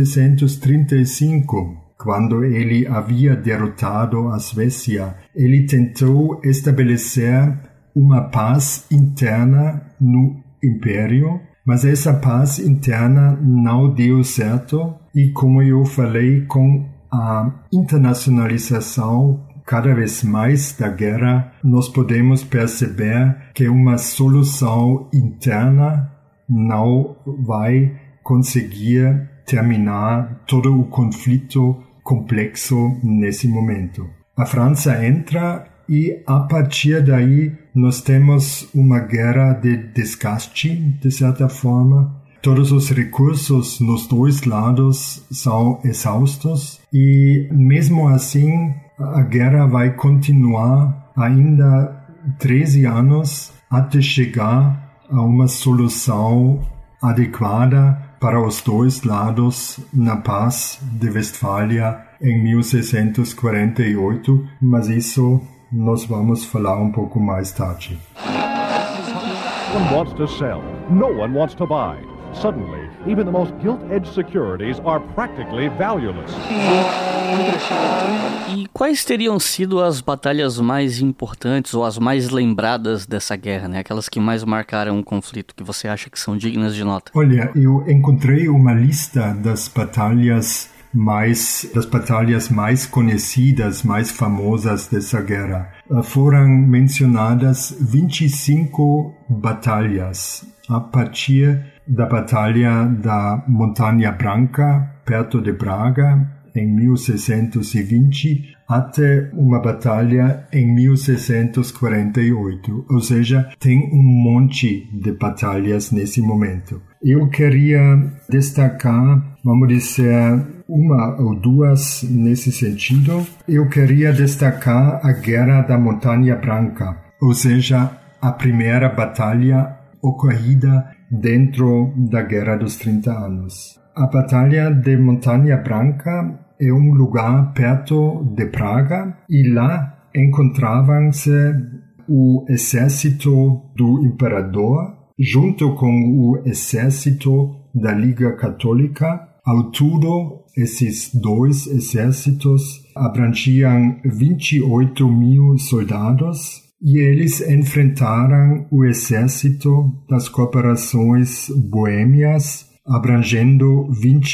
1635, quando ele havia derrotado a Suécia, ele tentou estabelecer uma paz interna no Império, mas essa paz interna não deu certo e, como eu falei, com a internacionalização cada vez mais da guerra, nós podemos perceber que uma solução interna não vai conseguir terminar todo o conflito complexo nesse momento. A França entra e, a partir daí, nós temos uma guerra de desgaste, de certa forma. Todos os recursos nos dois lados são exaustos e, mesmo assim, a guerra vai continuar ainda 13 anos até chegar a uma solução adequada para os dois lados na Paz de Westfália em 1648, mas isso nós vamos falar um pouco mais tarde. No one wants to sell. No one wants to buy. Suddenly, even the most gilt-edged securities are practically valueless. E quais teriam sido as batalhas mais importantes ou as mais lembradas dessa guerra, né? Aquelas que mais marcaram o conflito, que você acha que são dignas de nota? Olha, eu encontrei uma lista das batalhas mais conhecidas, mais famosas dessa guerra. Foram mencionadas 25 batalhas a partir da Batalha da Montanha Branca, perto de Braga, em 1620, até uma batalha em 1648. Ou seja, tem um monte de batalhas nesse momento. Eu queria destacar, vamos dizer, uma ou duas nesse sentido. Eu queria destacar a Guerra da Montanha Branca, ou seja, a primeira batalha ocorrida dentro da Guerra dos 30 Anos. A Batalha de Montanha Branca é um lugar perto de Praga e lá encontravam-se o exército do imperador junto com o exército da Liga Católica. Ao todo, esses dois exércitos abrangiam 28 mil soldados e eles enfrentaram o exército das Corporações Boêmias, abrangendo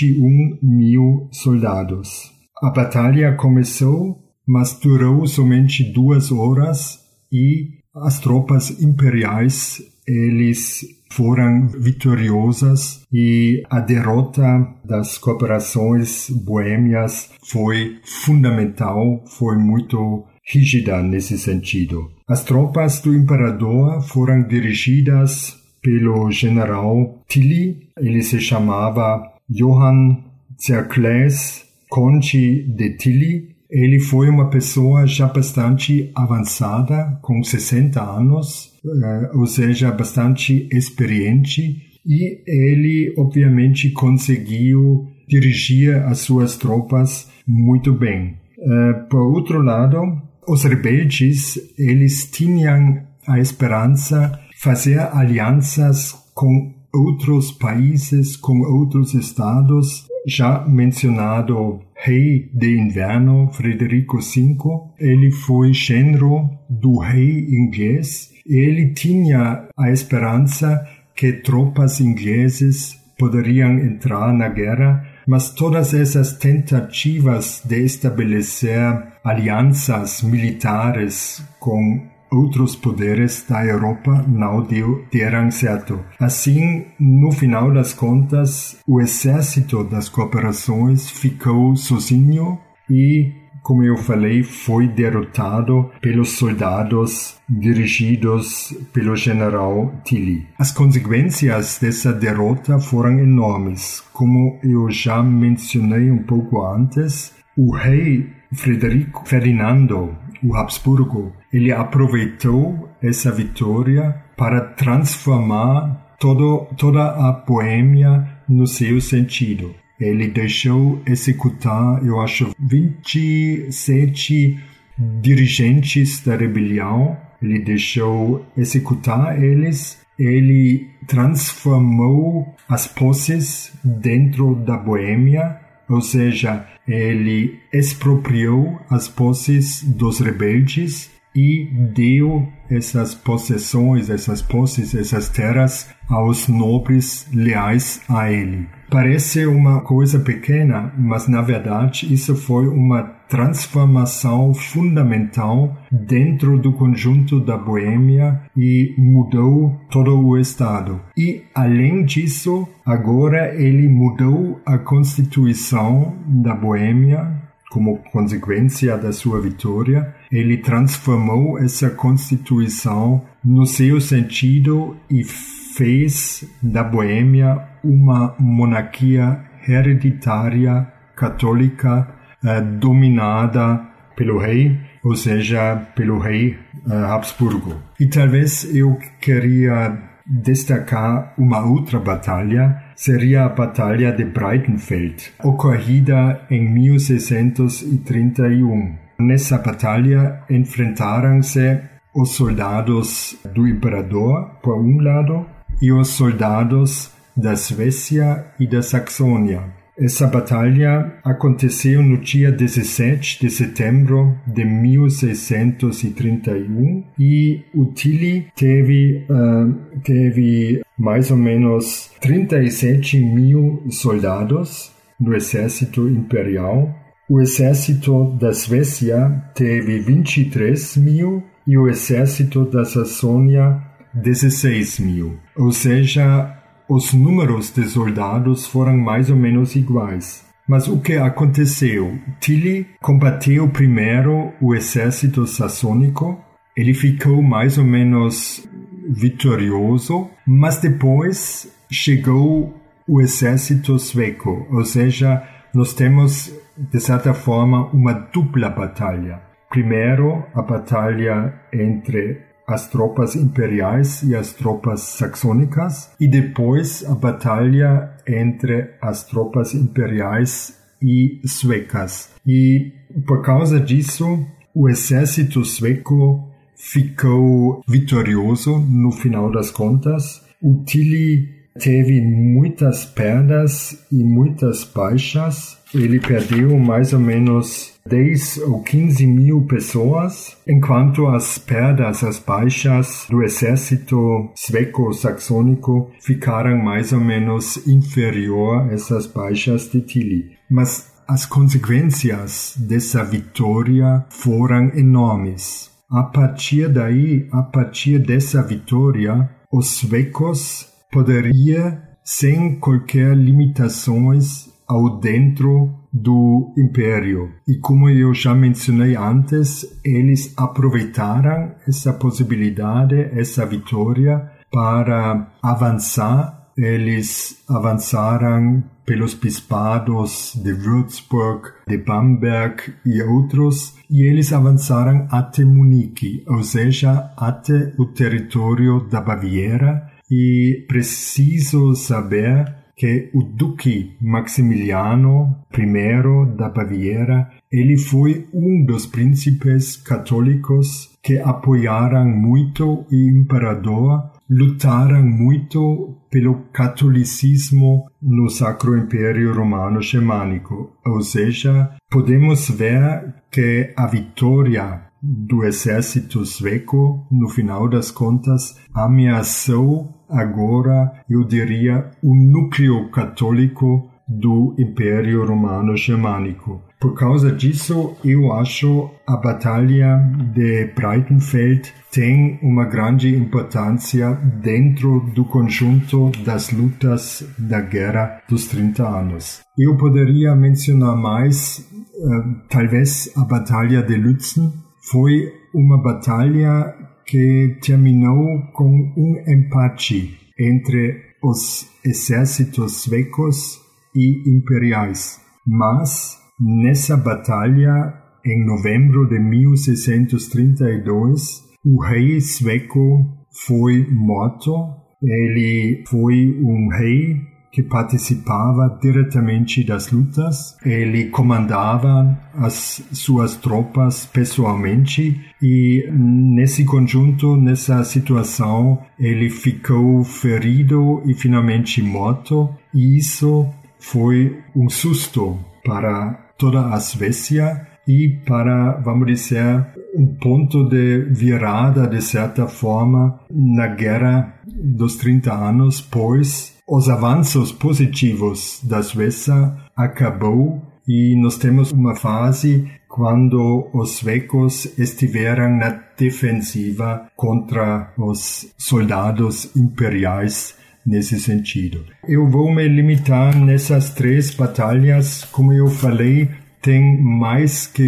21.000 soldados. A batalha começou, mas durou somente 2 horas e as tropas imperiais eles foram vitoriosas e a derrota das corporações boêmias foi fundamental, foi muito rígida nesse sentido. As tropas do imperador foram dirigidas pelo general Tilly, ele se chamava Johann Tserclaes Conti de Tilly. Ele foi uma pessoa já bastante avançada, com 60 anos, ou seja, bastante experiente, e ele, obviamente, conseguiu dirigir as suas tropas muito bem. Por outro lado, os rebeldes, eles tinham a esperança de fazer alianças com outros países, com outros estados. Já mencionado rei de inverno, Frederico V, ele foi genro do rei inglês. Ele tinha a esperança que tropas ingleses poderiam entrar na guerra, mas todas essas tentativas de estabelecer alianças militares com outros poderes da Europa não deram certo. Assim, no final das contas, o exército das corporações ficou sozinho e, como eu falei, foi derrotado pelos soldados dirigidos pelo general Tilly. As consequências dessa derrota foram enormes. Como eu já mencionei um pouco antes, o rei Ferdinando, o Habsburgo, ele aproveitou essa vitória para transformar toda a Boêmia no seu sentido. Ele deixou executar, eu acho, 27 dirigentes da rebelião. Ele deixou executar eles. Ele transformou as posses dentro da Boêmia, ou seja, ele expropriou as posses dos rebeldes e deu essas possessões, essas posses, essas terras aos nobres leais a ele. Parece uma coisa pequena, mas na verdade isso foi uma transformação fundamental dentro do conjunto da Boêmia e mudou todo o estado. E além disso, agora ele mudou a Constituição da Boêmia como consequência da sua vitória. Ele transformou essa Constituição no seu sentido e fez da Boêmia uma monarquia hereditária católica dominada pelo rei, ou seja, pelo rei Habsburgo. E talvez eu queria destacar uma outra batalha, seria a Batalha de Breitenfeld, ocorrida em 1631. Nessa batalha enfrentaram-se os soldados do imperador, por um lado, e os soldados da Suécia e da Saxônia. Essa batalha aconteceu no dia 17 de setembro de 1631 e o Tilly teve mais ou menos 37.000 soldados no exército imperial. O exército da Suécia teve 23.000 e o exército da Saxônia 16.000. Ou seja, os números de soldados foram mais ou menos iguais. Mas o que aconteceu? Tilly combateu primeiro o exército saxônico. Ele ficou mais ou menos vitorioso, mas depois chegou o exército sueco. Ou seja, nós temos, de certa forma, uma dupla batalha. Primeiro, a batalha entre as tropas imperiais e as tropas saxônicas, e depois a batalha entre as tropas imperiais e suecas. E por causa disso, o exército sueco ficou vitorioso no final das contas. O Tilly teve muitas perdas e muitas baixas. Ele perdeu mais ou menos 10 ou 15 mil pessoas, enquanto as perdas, as baixas do exército sueco-saxônico ficaram mais ou menos inferior a essas baixas de Tilly. Mas as consequências dessa vitória foram enormes. A partir dessa vitória, os suecos poderiam, sem qualquer limitações, ao dentro do Império. E como eu já mencionei antes, eles aproveitaram essa possibilidade, essa vitória, para avançar. Eles avançaram pelos bispados de Würzburg, de Bamberg e outros, e eles avançaram até Munique, ou seja, até o território da Baviera. E preciso saber que o Duque Maximiliano I da Baviera, ele foi dos príncipes católicos que apoiaram muito o imperador, lutaram muito pelo catolicismo no Sacro Império Romano Germânico. Ou seja, podemos ver que a vitória do exército sueco, no final das contas, ameaçou agora, eu diria, o núcleo católico do Império Romano Germânico. Por causa disso, eu acho a Batalha de Breitenfeld tem uma grande importância dentro do conjunto das lutas da Guerra dos 30 anos. Eu poderia mencionar mais, talvez a Batalha de Lützen foi uma batalha que terminou com empate entre os exércitos suecos e imperiais. Mas, nessa batalha, em novembro de 1632, o rei sueco foi morto. Ele foi rei que participava diretamente das lutas. Ele comandava as suas tropas pessoalmente e nesse conjunto, nessa situação, ele ficou ferido e finalmente morto. E isso foi susto para toda a Suécia e para, vamos dizer, ponto de virada, de certa forma, na Guerra dos 30 anos, pois os avanços positivos da Suécia acabou e nós temos uma fase quando os suecos estiveram na defensiva contra os soldados imperiais nesse sentido. Eu vou me limitar nessas 3 batalhas, como eu falei, tem mais que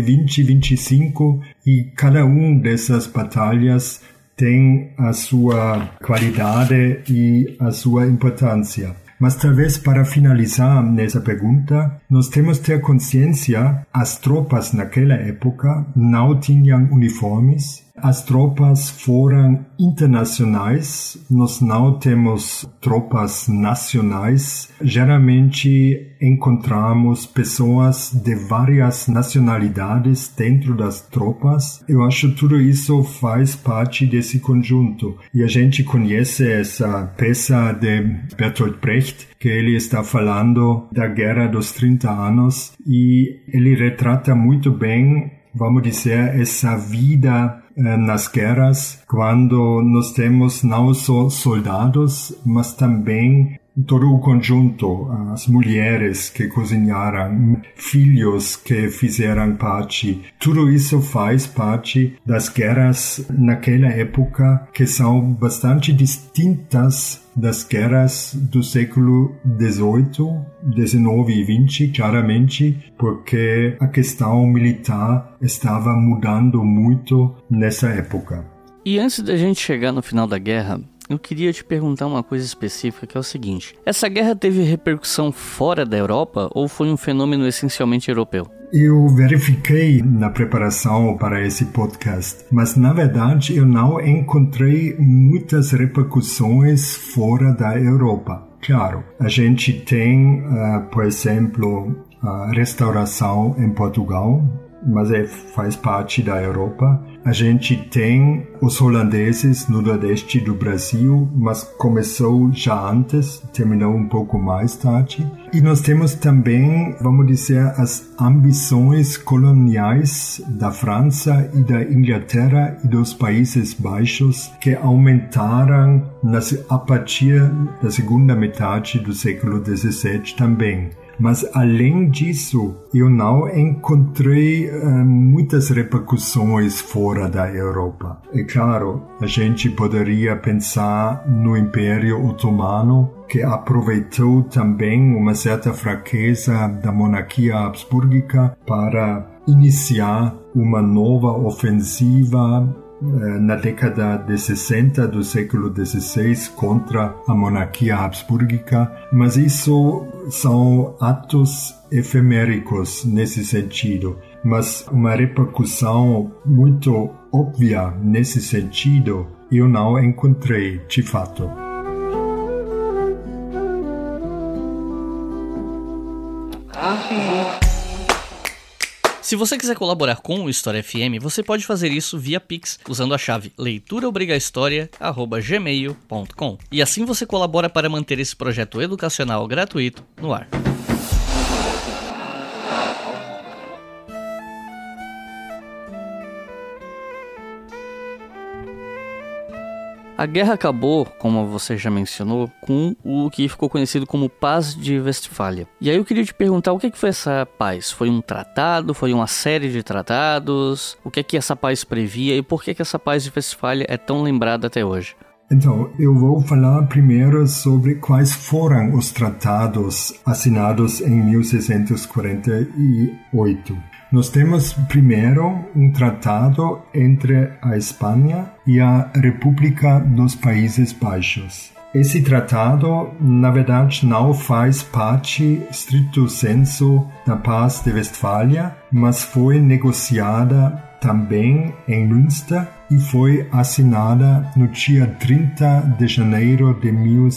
25 e cada dessas batalhas tem a sua qualidade e a sua importância. Mas talvez para finalizar nessa pergunta, nós temos que ter consciência, as tropas naquela época não tinham uniformes, as tropas foram internacionais, nós não temos tropas nacionais. Geralmente encontramos pessoas de várias nacionalidades dentro das tropas. Eu acho que tudo isso faz parte desse conjunto. E a gente conhece essa peça de Bertolt Brecht, que ele está falando da Guerra dos 30 anos, e ele retrata muito bem, vamos dizer, essa vida nas guerras, quando nós temos não só soldados, mas também todo o conjunto, as mulheres que cozinharam, filhos que fizeram parte. Tudo isso faz parte das guerras naquela época, que são bastante distintas das guerras do século XVIII, XIX e XX, claramente, porque a questão militar estava mudando muito nessa época. E antes da gente chegar no final da guerra, eu queria te perguntar uma coisa específica, que é o seguinte: essa guerra teve repercussão fora da Europa ou foi um fenômeno essencialmente europeu? Eu verifiquei na preparação para esse podcast, mas na verdade eu não encontrei muitas repercussões fora da Europa. Claro, a gente tem, por exemplo, a restauração em Portugal, mas faz parte da Europa. A gente tem os holandeses no nordeste do Brasil, mas começou já antes, terminou um pouco mais tarde. E nós temos também, vamos dizer, as ambições coloniais da França e da Inglaterra e dos Países Baixos que aumentaram a partir da segunda metade do século XVII também. Mas, além disso, eu não encontrei muitas repercussões fora da Europa. É claro, a gente poderia pensar no Império Otomano, que aproveitou também uma certa fraqueza da monarquia habsbúrgica para iniciar uma nova ofensiva na década de 60 do século XVI contra a monarquia habsbúrgica, mas isso são atos efeméricos nesse sentido. Mas uma repercussão muito óbvia nesse sentido eu não encontrei, de fato. Se você quiser colaborar com o História FM, você pode fazer isso via Pix, usando a chave leituraobrigahistoria@gmail.com. E assim você colabora para manter esse projeto educacional gratuito no ar. A guerra acabou, como você já mencionou, com o que ficou conhecido como Paz de Westfália. E aí eu queria te perguntar, o que foi essa paz? Foi um tratado? Foi uma série de tratados? O que essa paz previa e por que essa Paz de Westfália é tão lembrada até hoje? Então, eu vou falar primeiro sobre quais foram os tratados assinados em 1648. Nós temos primeiro um tratado entre a Espanha e a República dos Países Baixos. Esse tratado, na verdade, não faz parte, stricto sensu, da Paz de Westfália, mas foi negociada também em Münster e foi assinada no dia 30 de janeiro de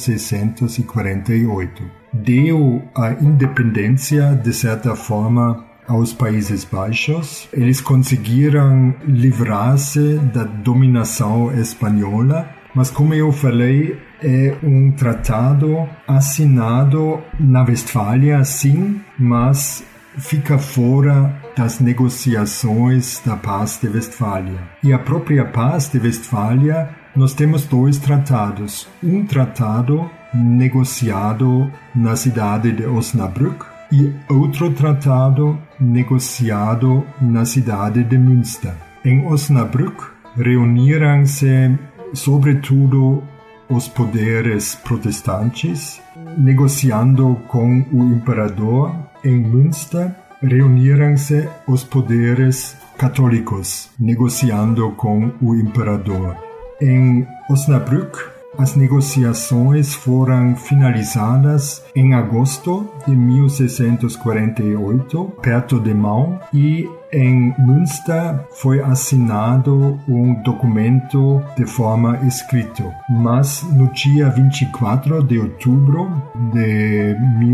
1648. Deu a independência, de certa forma, aos Países Baixos. Eles conseguiram livrar-se da dominação espanhola, mas como eu falei, é um tratado assinado na Westfália, sim, mas fica fora das negociações da Paz de Westfália. E a própria Paz de Westfália, nós temos dois tratados. Um tratado negociado na cidade de Osnabrück e outro tratado negociado na cidade de Münster. Em Osnabrück, reuniram-se, sobretudo, os poderes protestantes, negociando com o imperador. Em Münster, reuniram-se os poderes católicos, negociando com o imperador. Em Osnabrück, as negociações foram finalizadas em agosto de 1648, perto de Mão, e em Münster foi assinado um documento de forma escrita. Mas no dia 24 de outubro de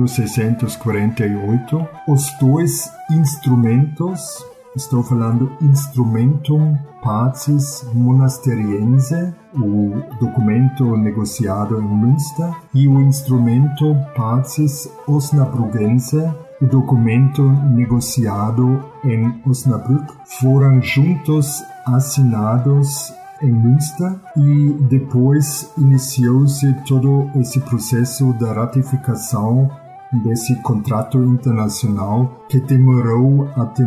1648, os dois instrumentos, estou falando Instrumentum Pacis Monasteriense, o documento negociado em Münster, e o Instrumento Pacis Osnabrückense, o documento negociado em Osnabrück, foram juntos assinados em Münster e depois iniciou-se todo esse processo da ratificação desse contrato internacional que demorou até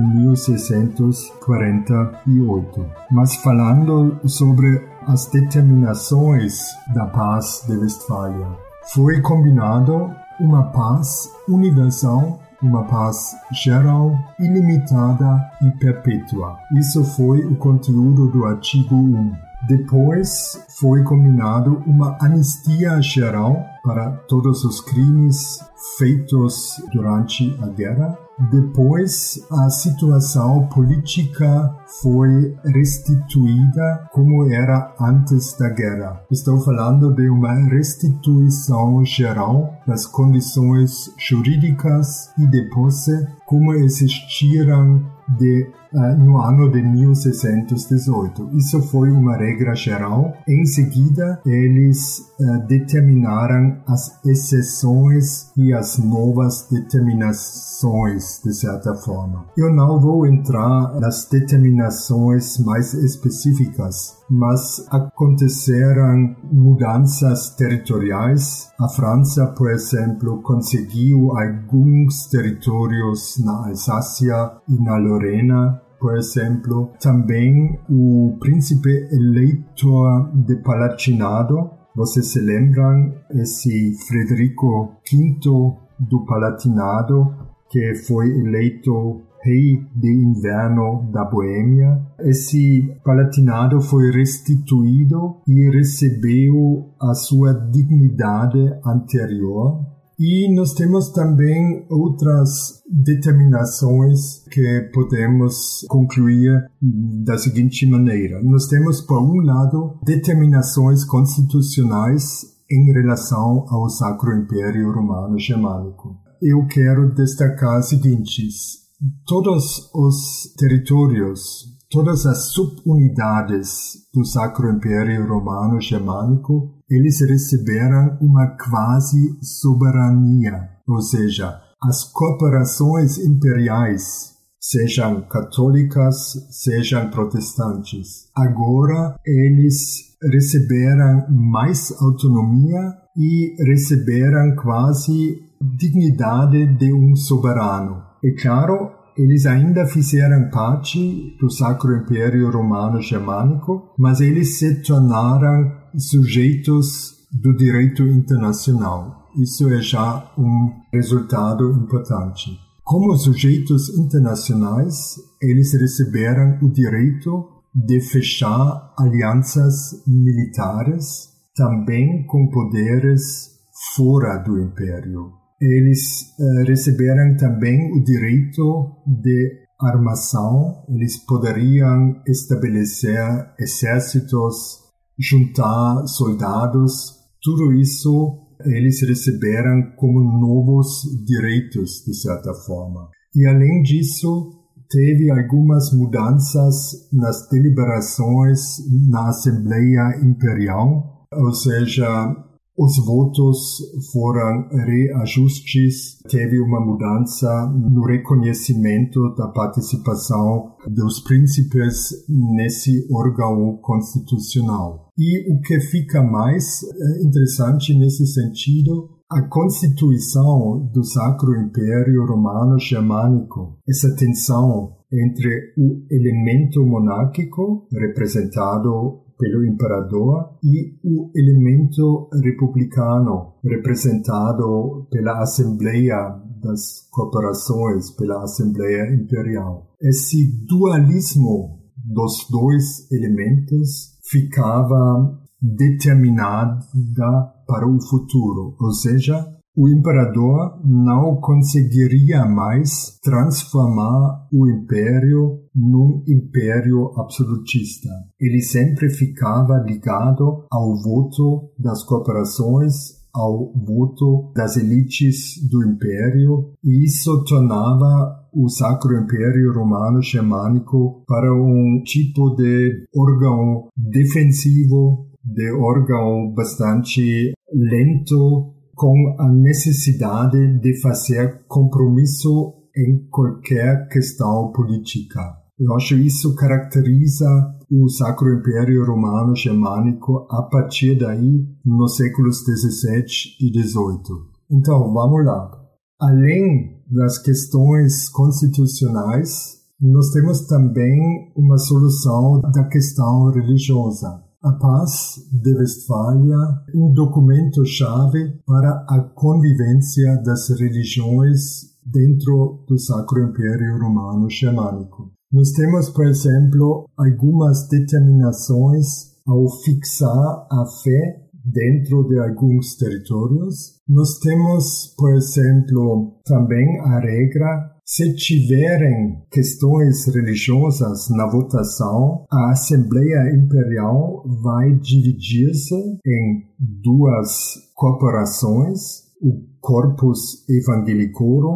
1648. Mas falando sobre as determinações da Paz de Westfália, foi combinado uma paz universal, uma paz geral, ilimitada e perpétua. Isso foi o conteúdo do artigo 1. Depois foi combinado uma anistia geral para todos os crimes feitos durante a guerra. Depois, a situação política foi restituída como era antes da guerra. Estou falando de uma restituição geral das condições jurídicas e de posse como existiram no ano de 1618. Isso foi uma regra geral. Em seguida, eles determinaram as exceções e as novas determinações, de certa forma. Eu não vou entrar nas determinações mais específicas, mas aconteceram mudanças territoriais. A França, por exemplo, conseguiu alguns territórios na Alsácia e na Lorena, por exemplo. Também o príncipe eleitor de Palatinado, vocês se lembram, esse Frederico V do Palatinado, que foi eleito rei de inverno da Boêmia. Esse Palatinado foi restituído e recebeu a sua dignidade anterior. E nós temos também outras determinações que podemos concluir da seguinte maneira. Nós temos, por um lado, determinações constitucionais em relação ao Sacro Império Romano Germânico. Eu quero destacar os seguintes. Todos os territórios, todas as subunidades do Sacro Império Romano Germânico, eles receberam uma quase soberania, ou seja, as corporações imperiais, sejam católicas, sejam protestantes, agora eles receberam mais autonomia e receberam quase dignidade de um soberano. É claro, eles ainda fizeram parte do Sacro Império Romano Germânico, mas eles se tornaram sujeitos do direito internacional. Isso é já um resultado importante. Como sujeitos internacionais, eles receberam o direito de fechar alianças militares, também com poderes fora do Império. Eles receberam também o direito de armação, eles poderiam estabelecer exércitos, juntar soldados, tudo isso eles receberam como novos direitos, de certa forma. E além disso, teve algumas mudanças nas deliberações na Assembleia Imperial, ou seja, os votos foram reajustes, teve uma mudança no reconhecimento da participação dos príncipes nesse órgão constitucional. E o que fica mais interessante nesse sentido, a Constituição do Sacro Império Romano Germânico, essa tensão entre o elemento monárquico, representado pelo imperador, e o elemento republicano, representado pela Assembleia das Corporações, pela Assembleia Imperial. Esse dualismo dos dois elementos ficava determinada para o futuro, ou seja, o imperador não conseguiria mais transformar o império num império absolutista. Ele sempre ficava ligado ao voto das corporações, ao voto das elites do império, e isso tornava o Sacro Império Romano Germânico para um tipo de órgão defensivo, de órgão bastante lento, com a necessidade de fazer compromisso em qualquer questão política. Eu acho que isso caracteriza o Sacro Império Romano Germânico a partir daí nos séculos XVII e XVIII. Então, vamos lá. Além das questões constitucionais, nós temos também uma solução da questão religiosa. A Paz de Westfália, um documento-chave para a convivência das religiões dentro do Sacro Império Romano Germânico. Nós temos, por exemplo, algumas determinações ao fixar a fé dentro de alguns territórios. Nós temos, por exemplo, também a regra: se tiverem questões religiosas na votação, a Assembleia Imperial vai dividir-se em duas corporações, o Corpus Evangelicorum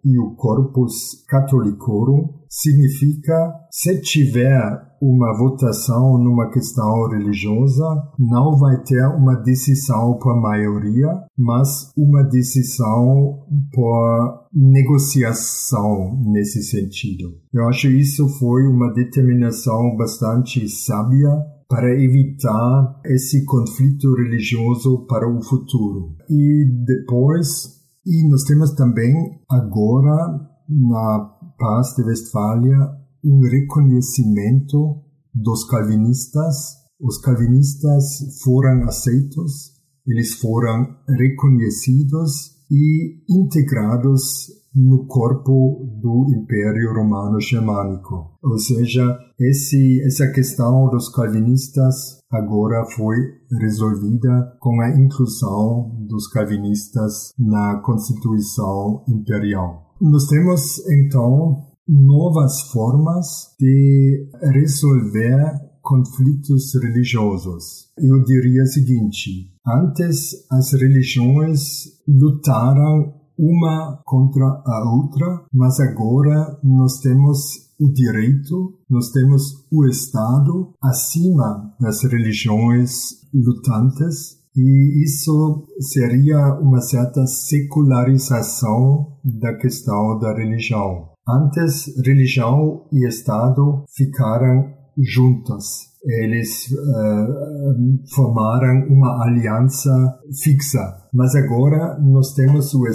e o Corpus Catholicorum significa, se tiver uma votação numa questão religiosa, não vai ter uma decisão por maioria, mas uma decisão por negociação nesse sentido. Eu acho que isso foi uma determinação bastante sábia para evitar esse conflito religioso para o futuro. E depois, nós temos também agora na Paz de Westfália reconhecimento dos calvinistas. Os calvinistas foram aceitos, eles foram reconhecidos e integrados no corpo do Império Romano Germânico. Ou seja, essa questão dos calvinistas agora foi resolvida com a inclusão dos calvinistas na Constituição Imperial. Nós temos, então, novas formas de resolver conflitos religiosos. Eu diria o seguinte: antes as religiões lutaram uma contra a outra, mas agora nós temos o direito, nós temos o Estado acima das religiões lutantes. E isso seria uma certa secularização da questão da religião. Antes, religião e Estado ficaram juntos. Eles formaram uma aliança fixa. Mas agora nós temos o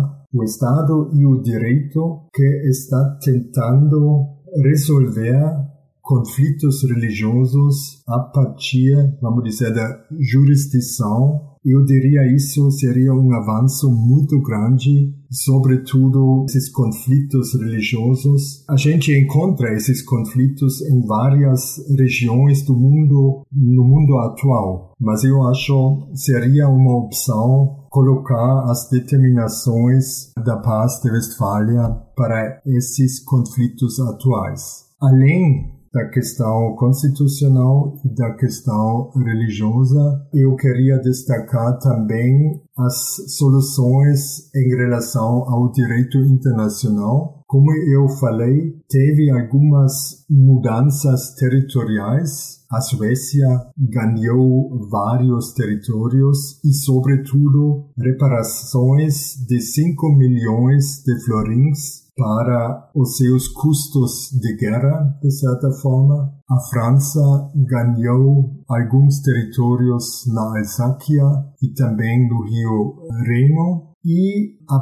Estado e o direito que está tentando resolver conflitos religiosos a partir, vamos dizer, da jurisdição. Eu diria isso seria um avanço muito grande, sobretudo esses conflitos religiosos. A gente encontra esses conflitos em várias regiões do mundo, no mundo atual. Mas eu acho seria uma opção colocar as determinações da Paz de Westfália para esses conflitos atuais. Além da questão constitucional e da questão religiosa, eu queria destacar também as soluções em relação ao direito internacional. Como eu falei, teve algumas mudanças territoriais. A Suécia ganhou vários territórios e, sobretudo, reparações de 5 milhões de florins para os seus custos de guerra, de certa forma. A França ganhou alguns territórios na Alsácia e também no Rio Reno. E a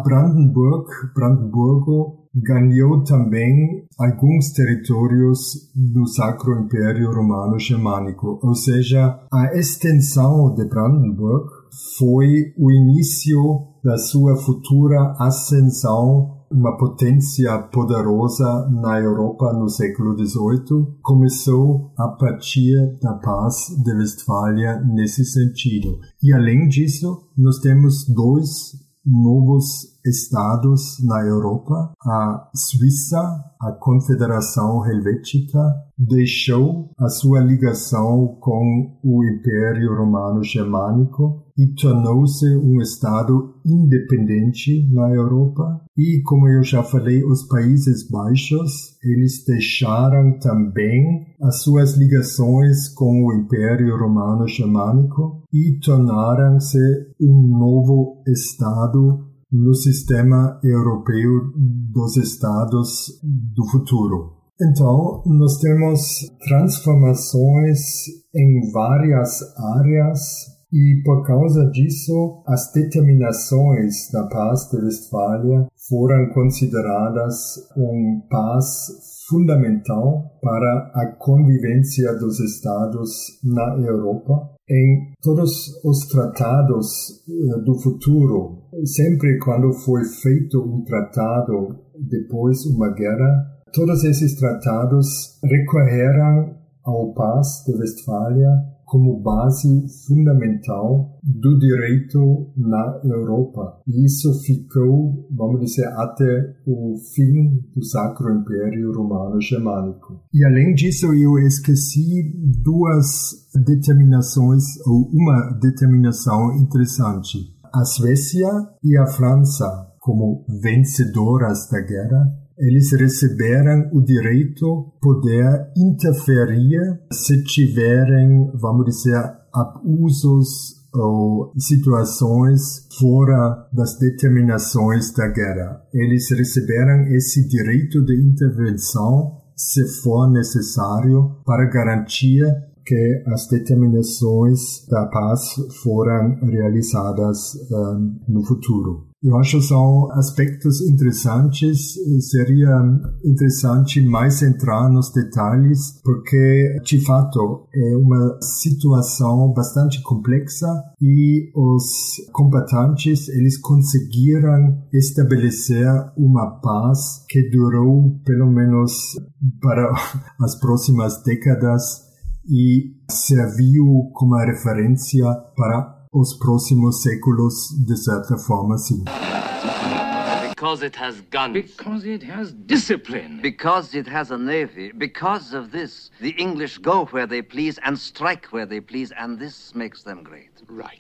Brandemburgo ganhou também alguns territórios do Sacro Império Romano Germânico. Ou seja, a extensão de Brandenburg foi o início da sua futura ascensão, uma potência poderosa na Europa no século XVIII, começou a partir da Paz de Westfália nesse sentido. E além disso, nós temos 2 novos estados na Europa. A Suíça, a Confederação Helvética, deixou a sua ligação com o Império Romano Germânico e tornou-se um estado independente na Europa. E, como eu já falei, os Países Baixos, eles deixaram também as suas ligações com o Império Romano Germânico e tornaram-se um novo estado no sistema europeu dos estados do futuro. Então, nós temos transformações em várias áreas e, por causa disso, as determinações da Paz de Westfália foram consideradas paz fundamental para a convivência dos estados na Europa. Em todos os tratados do futuro, sempre quando foi feito um tratado depois uma guerra, todos esses tratados recorreram ao Paz de Westfália como base fundamental do direito na Europa. E isso ficou, vamos dizer, até o fim do Sacro Império Romano Germânico. E além disso, eu esqueci 2 determinações, ou uma determinação interessante. A Suécia e a França como vencedoras da guerra, eles receberam o direito de poder interferir se tiverem, vamos dizer, abusos ou situações fora das determinações da guerra. Eles receberam esse direito de intervenção se for necessário para garantir que as determinações da paz foram realizadas no futuro. Eu acho que são aspectos interessantes. Seria interessante mais entrar nos detalhes, porque, de fato, é uma situação bastante complexa e os combatentes, eles conseguiram estabelecer uma paz que durou, pelo menos, para as próximas décadas e serviu como referência para os próximos séculos, de certa forma, sim. Because it has guns. Because it has discipline. Because it has a navy. Because of this, the English go where they please and strike where they please, and this makes them great. Right.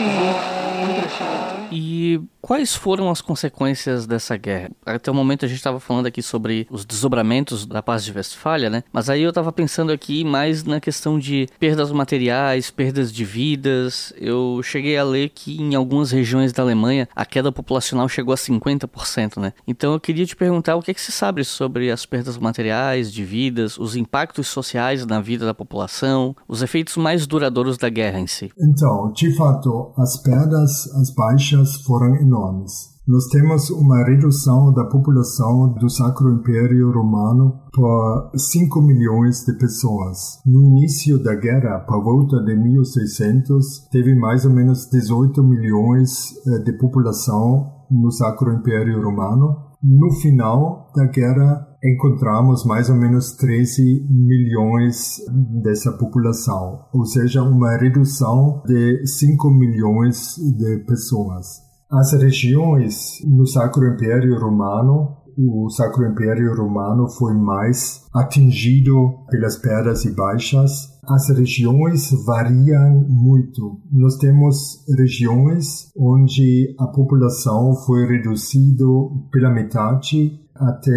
E quais foram as consequências dessa guerra? Até o momento a gente estava falando aqui sobre os desdobramentos da Paz de Westfália, né? Mas aí eu estava pensando aqui mais na questão de perdas materiais, perdas de vidas. Eu cheguei a ler que em algumas regiões da Alemanha a queda populacional chegou a 50%, né? Então eu queria te perguntar o que se sabe sobre as perdas materiais, de vidas, os impactos sociais na vida da população, os efeitos mais duradouros da guerra em si. Então, de fato, as perdas, as baixas foram enormes. Nós temos uma redução da população do Sacro Império Romano por 5 milhões de pessoas. No início da guerra, por volta de 1600, teve mais ou menos 18 milhões de população no Sacro Império Romano. No final da guerra, encontramos mais ou menos 13 milhões dessa população, ou seja, uma redução de 5 milhões de pessoas. As regiões no Sacro Império Romano, o Sacro Império Romano foi mais atingido pelas perdas e baixas. As regiões variam muito. Nós temos regiões onde a população foi reduzida pela metade, até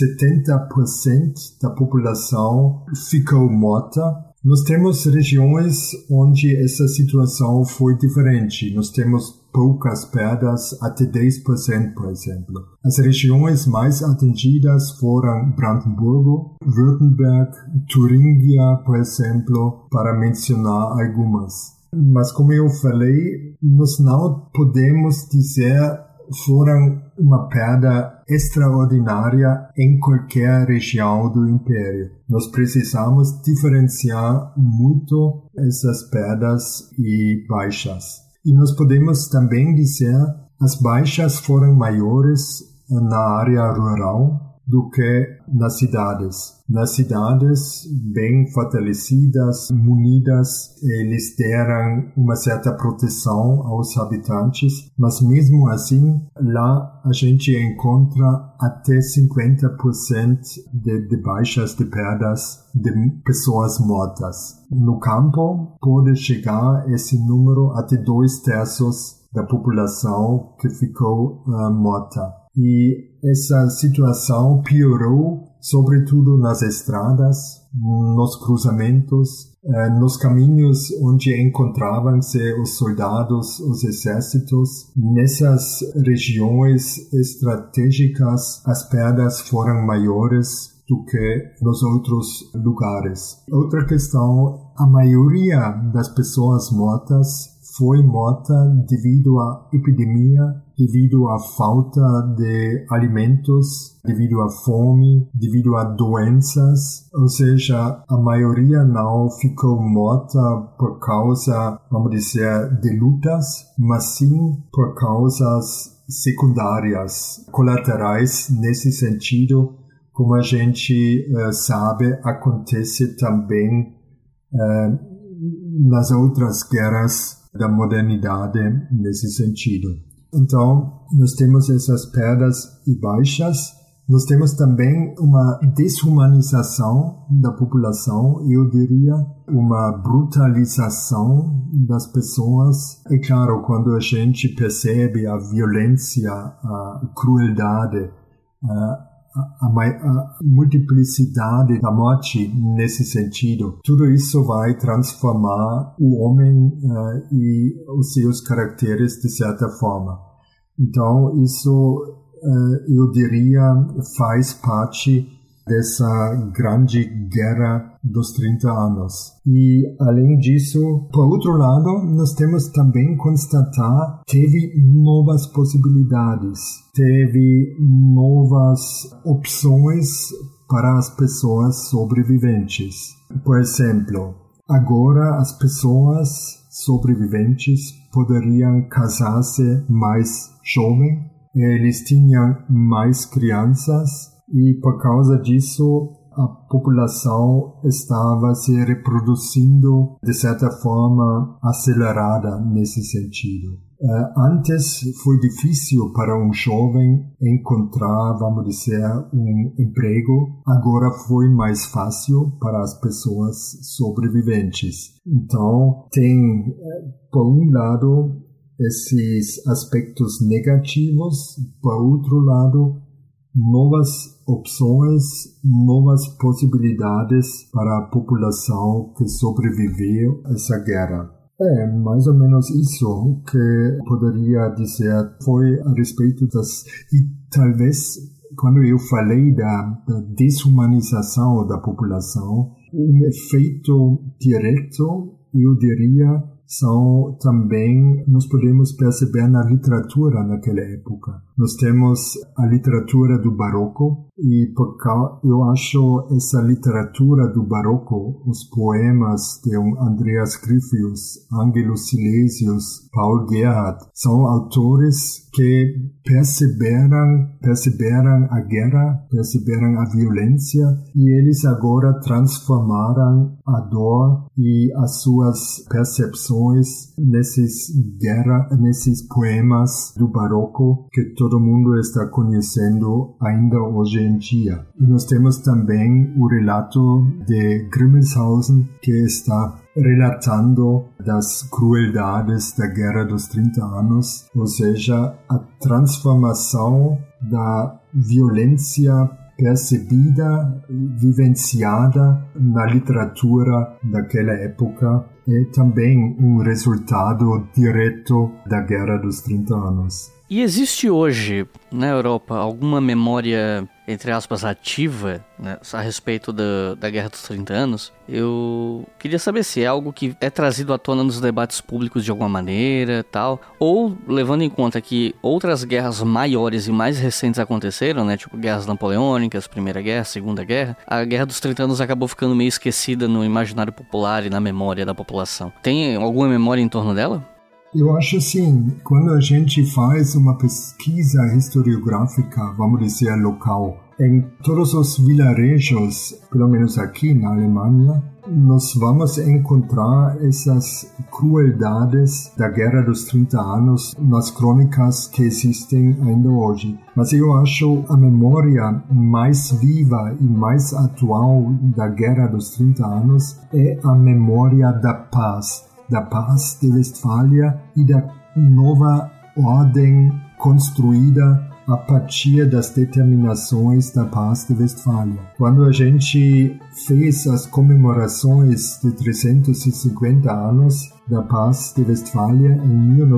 70% da população ficou morta. Nós temos regiões onde essa situação foi diferente. Nós temos poucas perdas, até 10%, por exemplo. As regiões mais atingidas foram Brandenburgo, Württemberg, Turingia, por exemplo, para mencionar algumas. Mas como eu falei, nós não podemos dizer foram uma perda extraordinária em qualquer região do Império. Nós precisamos diferenciar muito essas perdas e baixas. E nós podemos também dizer que as baixas foram maiores na área rural do que nas cidades. Nas cidades bem fortalecidas, munidas, eles deram uma certa proteção aos habitantes, mas mesmo assim, lá a gente encontra até 50% de baixas, de perdas de pessoas mortas. No campo, pode chegar esse número até 2/3 da população que ficou morta. E essa situação piorou, sobretudo nas estradas, nos cruzamentos, nos caminhos onde encontravam-se os soldados, os exércitos. Nessas regiões estratégicas, as perdas foram maiores do que nos outros lugares. Outra questão, a maioria das pessoas mortas foi morta devido à epidemia, devido à falta de alimentos, devido à fome, devido a doenças. Ou seja, a maioria não ficou morta por causa, vamos dizer, de lutas, mas sim por causas secundárias, colaterais nesse sentido. Como a gente sabe, acontece também nas outras guerras da modernidade nesse sentido. Então, nós temos essas perdas e baixas, Nós temos também uma desumanização da população, eu diria, uma brutalização das pessoas. É claro, quando a gente percebe a violência, a crueldade, a multiplicidade da morte nesse sentido, tudo isso vai transformar o homem e os seus caracteres de certa forma. Então, isso, eu diria, faz parte dessa grande guerra dos 30 anos. E, além disso, por outro lado, nós temos também constatar que teve novas possibilidades, teve novas opções para as pessoas sobreviventes. Por exemplo, agora as pessoas sobreviventes poderiam casar-se mais jovem, eles tinham mais crianças e por causa disso a população estava se reproduzindo de certa forma acelerada nesse sentido. Antes foi difícil para um jovem encontrar, vamos dizer, um emprego. Agora foi mais fácil para as pessoas sobreviventes. Então, tem, por um lado, esses aspectos negativos, por outro lado, novas opções, novas possibilidades para a população que sobreviveu a essa guerra. É mais ou menos isso que poderia dizer. Foi a respeito das... E talvez, quando eu falei da desumanização da população, um efeito direto, eu diria, são também, nós podemos perceber na literatura naquela época. Nós temos a literatura do Barroco e eu acho essa literatura do Barroco, os poemas de Andreas Gryphius, Angelo Silesius, Paul Gerhardt, são autores que perceberam a guerra, perceberam a violência e eles agora transformaram a dor e as suas percepções nesses poemas do Barroco que todo mundo está conhecendo ainda hoje em dia. E nós temos também o relato de Grimmelshausen, que está relatando das crueldades da Guerra dos 30 anos, ou seja, a transformação da violência percebida, vivenciada na literatura daquela época, é também um resultado direto da Guerra dos 30 anos. E existe hoje, na Europa, alguma memória, entre aspas, ativa, né, a respeito da Guerra dos 30 anos? Eu queria saber se é algo que é trazido à tona nos debates públicos de alguma maneira, tal, ou levando em conta que outras guerras maiores e mais recentes aconteceram, né, tipo guerras napoleônicas, Primeira Guerra, Segunda Guerra, a Guerra dos 30 anos acabou ficando meio esquecida no imaginário popular e na memória da população. Tem alguma memória em torno dela? Eu acho assim, quando a gente faz uma pesquisa historiográfica, vamos dizer, local, em todos os vilarejos, pelo menos aqui na Alemanha, nós vamos encontrar essas crueldades da Guerra dos 30 anos nas crônicas que existem ainda hoje. Mas eu acho a memória mais viva e mais atual da Guerra dos 30 anos é a memória da paz de Westfália e da nova ordem construída a partir das determinações da paz de Westfália. Quando a gente fez as comemorações de 350 anos da paz de Westfália em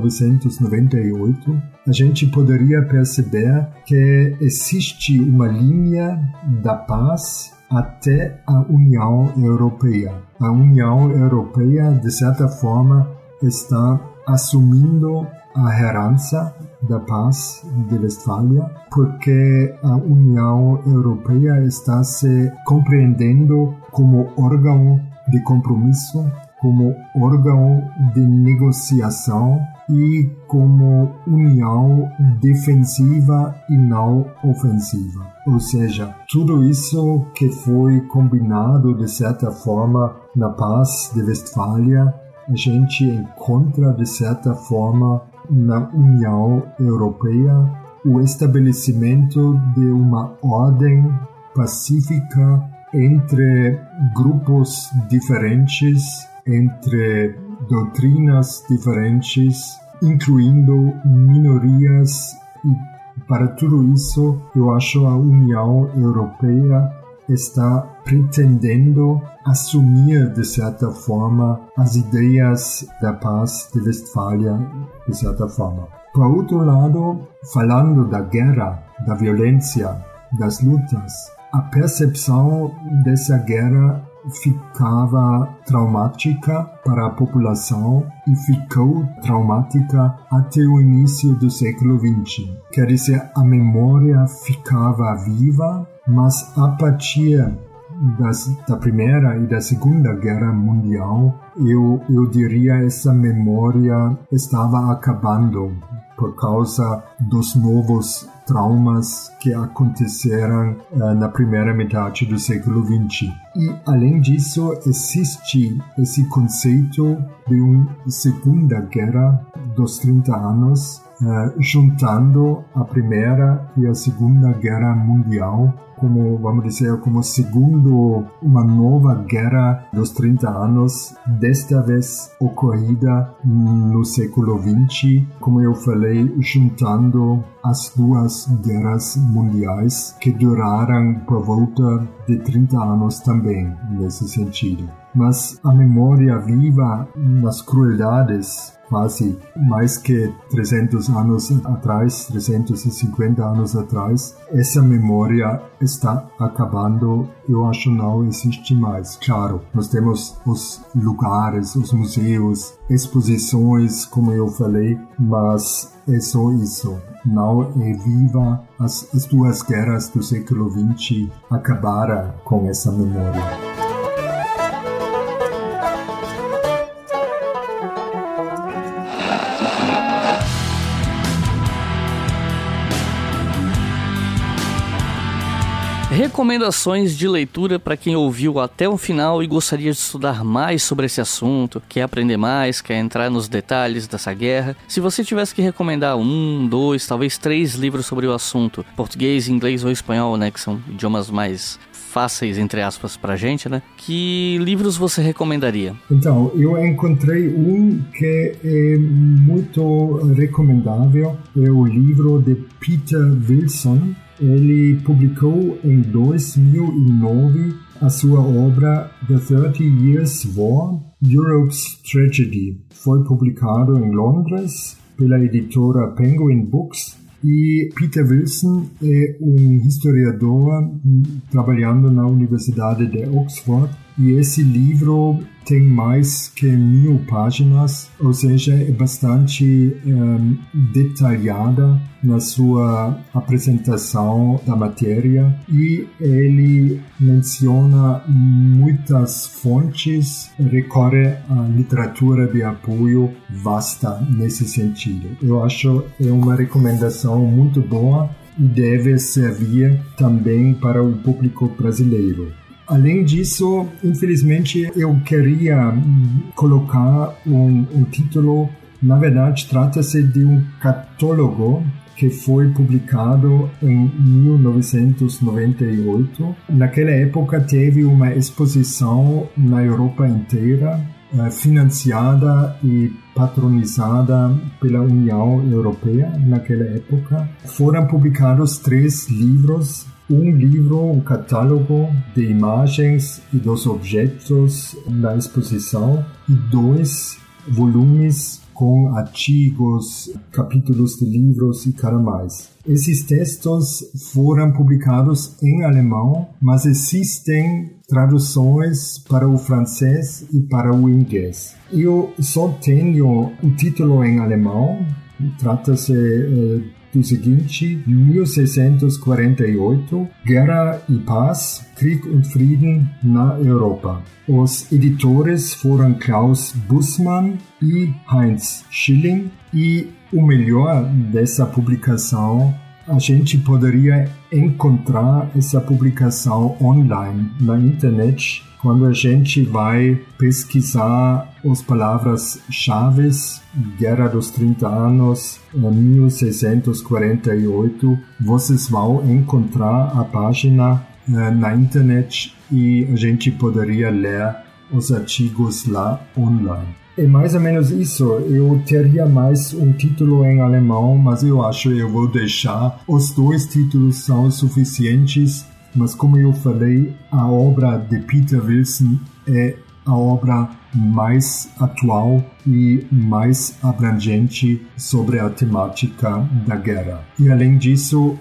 1998, a gente poderia perceber que existe uma linha da paz até a União Europeia. A União Europeia, de certa forma, está assumindo a herança da paz de Westfália, porque a União Europeia está se compreendendo como órgão de compromisso, como órgão de negociação e como união defensiva e não ofensiva. Ou seja, tudo isso que foi combinado de certa forma na paz de Westfália, a gente encontra de certa forma na União Europeia o estabelecimento de uma ordem pacífica entre grupos diferentes, entre doutrinas diferentes, incluindo minorias, e para tudo isso eu acho a União Europeia está pretendendo assumir de certa forma as ideias da paz de Westfália de certa forma. Por outro lado, falando da guerra, da violência, das lutas, a percepção dessa guerra ficava traumática para a população e ficou traumática até o início do século XX. Quer dizer, a memória ficava viva, mas a partir da Primeira e da Segunda Guerra Mundial, eu diria essa memória estava acabando por causa dos novos traumas que aconteceram na primeira metade do século XX. E, além disso, existe esse conceito de uma Segunda Guerra dos 30 anos, juntando a Primeira e a Segunda Guerra Mundial, como, vamos dizer, como segundo uma nova guerra dos 30 anos, desta vez ocorrida no século XX, como eu falei, juntando as duas guerras mundiais que duraram por volta de 30 anos também, nesse sentido. Mas a memória viva nas crueldades, quase mais que 300 anos atrás, 350 anos atrás, essa memória está acabando, eu acho não existe mais. Claro, nós temos os lugares, os museus, exposições, como eu falei, mas é só isso. Não é viva, as duas guerras do século XX acabaram com essa memória. Recomendações de leitura para quem ouviu até o final e gostaria de estudar mais sobre esse assunto, quer aprender mais, quer entrar nos detalhes dessa guerra. Se você tivesse que recomendar 1, 2, talvez 3 livros sobre o assunto, português, inglês ou espanhol, né, que são idiomas mais fáceis, entre aspas, pra gente, né? Que livros você recomendaria? Então, eu encontrei um que é muito recomendável, é o livro de Peter Wilson. Ele publicou em 2009 a sua obra The 30 Years' War, Europe's Tragedy. Foi publicado em Londres pela editora Penguin Books. E Peter Wilson é um historiador trabalhando na Universidade de Oxford. E esse livro tem mais que 1000 páginas, ou seja, é bastante detalhada na sua apresentação da matéria. E ele menciona muitas fontes, recorre à literatura de apoio vasta nesse sentido. Eu acho que é uma recomendação muito boa e deve servir também para o público brasileiro. Além disso, infelizmente, eu queria colocar um título. Na verdade, trata-se de um catálogo que foi publicado em 1998. Naquela época, teve uma exposição na Europa inteira, financiada e patronizada pela União Europeia naquela época. Foram publicados 3 livros. Um livro, um catálogo de imagens e dos objetos na exposição e 2 volumes com artigos, capítulos de livros e cada mais. Esses textos foram publicados em alemão, mas existem traduções para o francês e para o inglês. Eu só tenho o título em alemão, trata-se do seguinte: 1648, Guerra e Paz, Krieg und Frieden na Europa. Os editores foram Klaus Bussmann e Heinz Schilling, e o melhor dessa publicação a gente poderia encontrar essa publicação online na internet quando a gente vai pesquisar as palavras-chave Guerra dos 30 Anos, 1648. Vocês vão encontrar a página na internet e a gente poderia ler os artigos lá online. É mais ou menos isso. Eu teria mais um título em alemão, mas eu acho que eu vou deixar. Os 2 títulos são suficientes, mas como eu falei, a obra de Peter Wilson é a obra mais atual e mais abrangente sobre a temática da guerra. E além disso,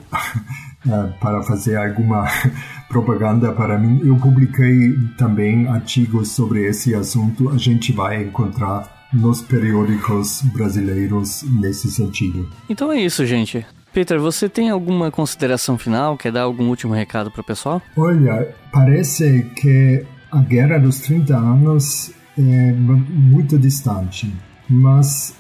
para fazer alguma propaganda para mim, eu publiquei também artigos sobre esse assunto. A gente vai encontrar nos periódicos brasileiros nesse sentido. Então é isso, gente. Peter, você tem alguma consideração final? Quer dar algum último recado para o pessoal? Olha, parece que a Guerra dos 30 Anos é muito distante, mas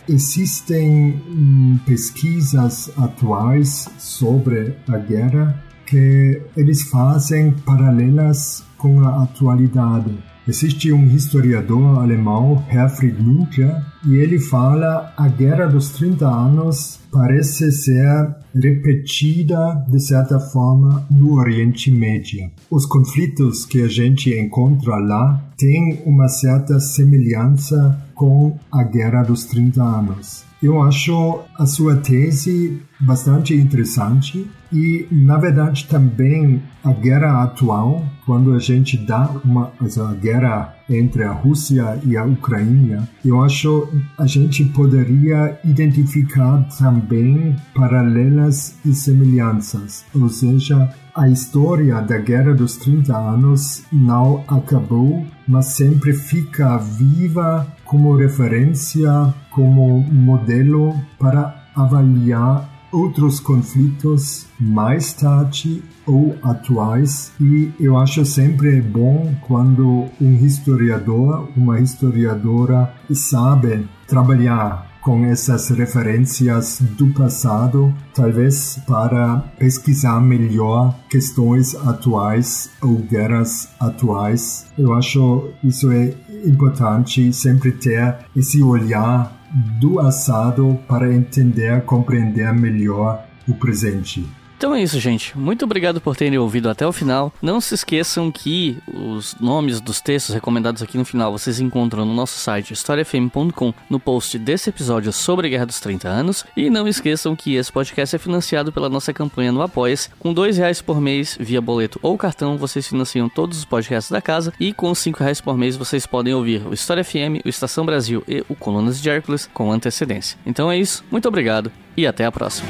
existem pesquisas atuais sobre a guerra que eles fazem paralelas com a atualidade. Existe um historiador alemão, Herfried Münther, e ele fala que a Guerra dos 30 Anos parece ser repetida, de certa forma, no Oriente Médio. Os conflitos que a gente encontra lá têm uma certa semelhança com a Guerra dos 30 Anos. Eu acho a sua tese bastante interessante e, na verdade, também a guerra atual, quando a gente dá a guerra entre a Rússia e a Ucrânia, eu acho a gente poderia identificar também paralelas e semelhanças. Ou seja, a história da Guerra dos 30 Anos não acabou, mas sempre fica viva como referência, como modelo para avaliar outros conflitos mais tarde ou atuais, e eu acho sempre bom quando um historiador, uma historiadora sabe trabalhar com essas referências do passado, talvez para pesquisar melhor questões atuais ou guerras atuais. Eu acho isso é importante, sempre ter esse olhar do passado para entender, compreender melhor o presente. Então é isso, gente. Muito obrigado por terem ouvido até o final. Não se esqueçam que os nomes dos textos recomendados aqui no final vocês encontram no nosso site historiafm.com, no post desse episódio sobre a Guerra dos 30 Anos. E não esqueçam que esse podcast é financiado pela nossa campanha no Apoia-se. Com R$2 por mês, via boleto ou cartão, vocês financiam todos os podcasts da casa. E com R$5 por mês, vocês podem ouvir o História FM, o Estação Brasil e o Colunas de Hércules com antecedência. Então é isso. Muito obrigado e até a próxima.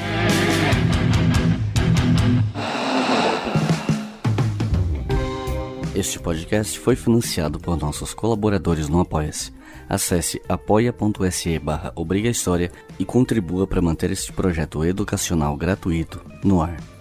Este podcast foi financiado por nossos colaboradores no Apoia-se. Acesse apoia.se/obrigahistoria e contribua para manter este projeto educacional gratuito no ar.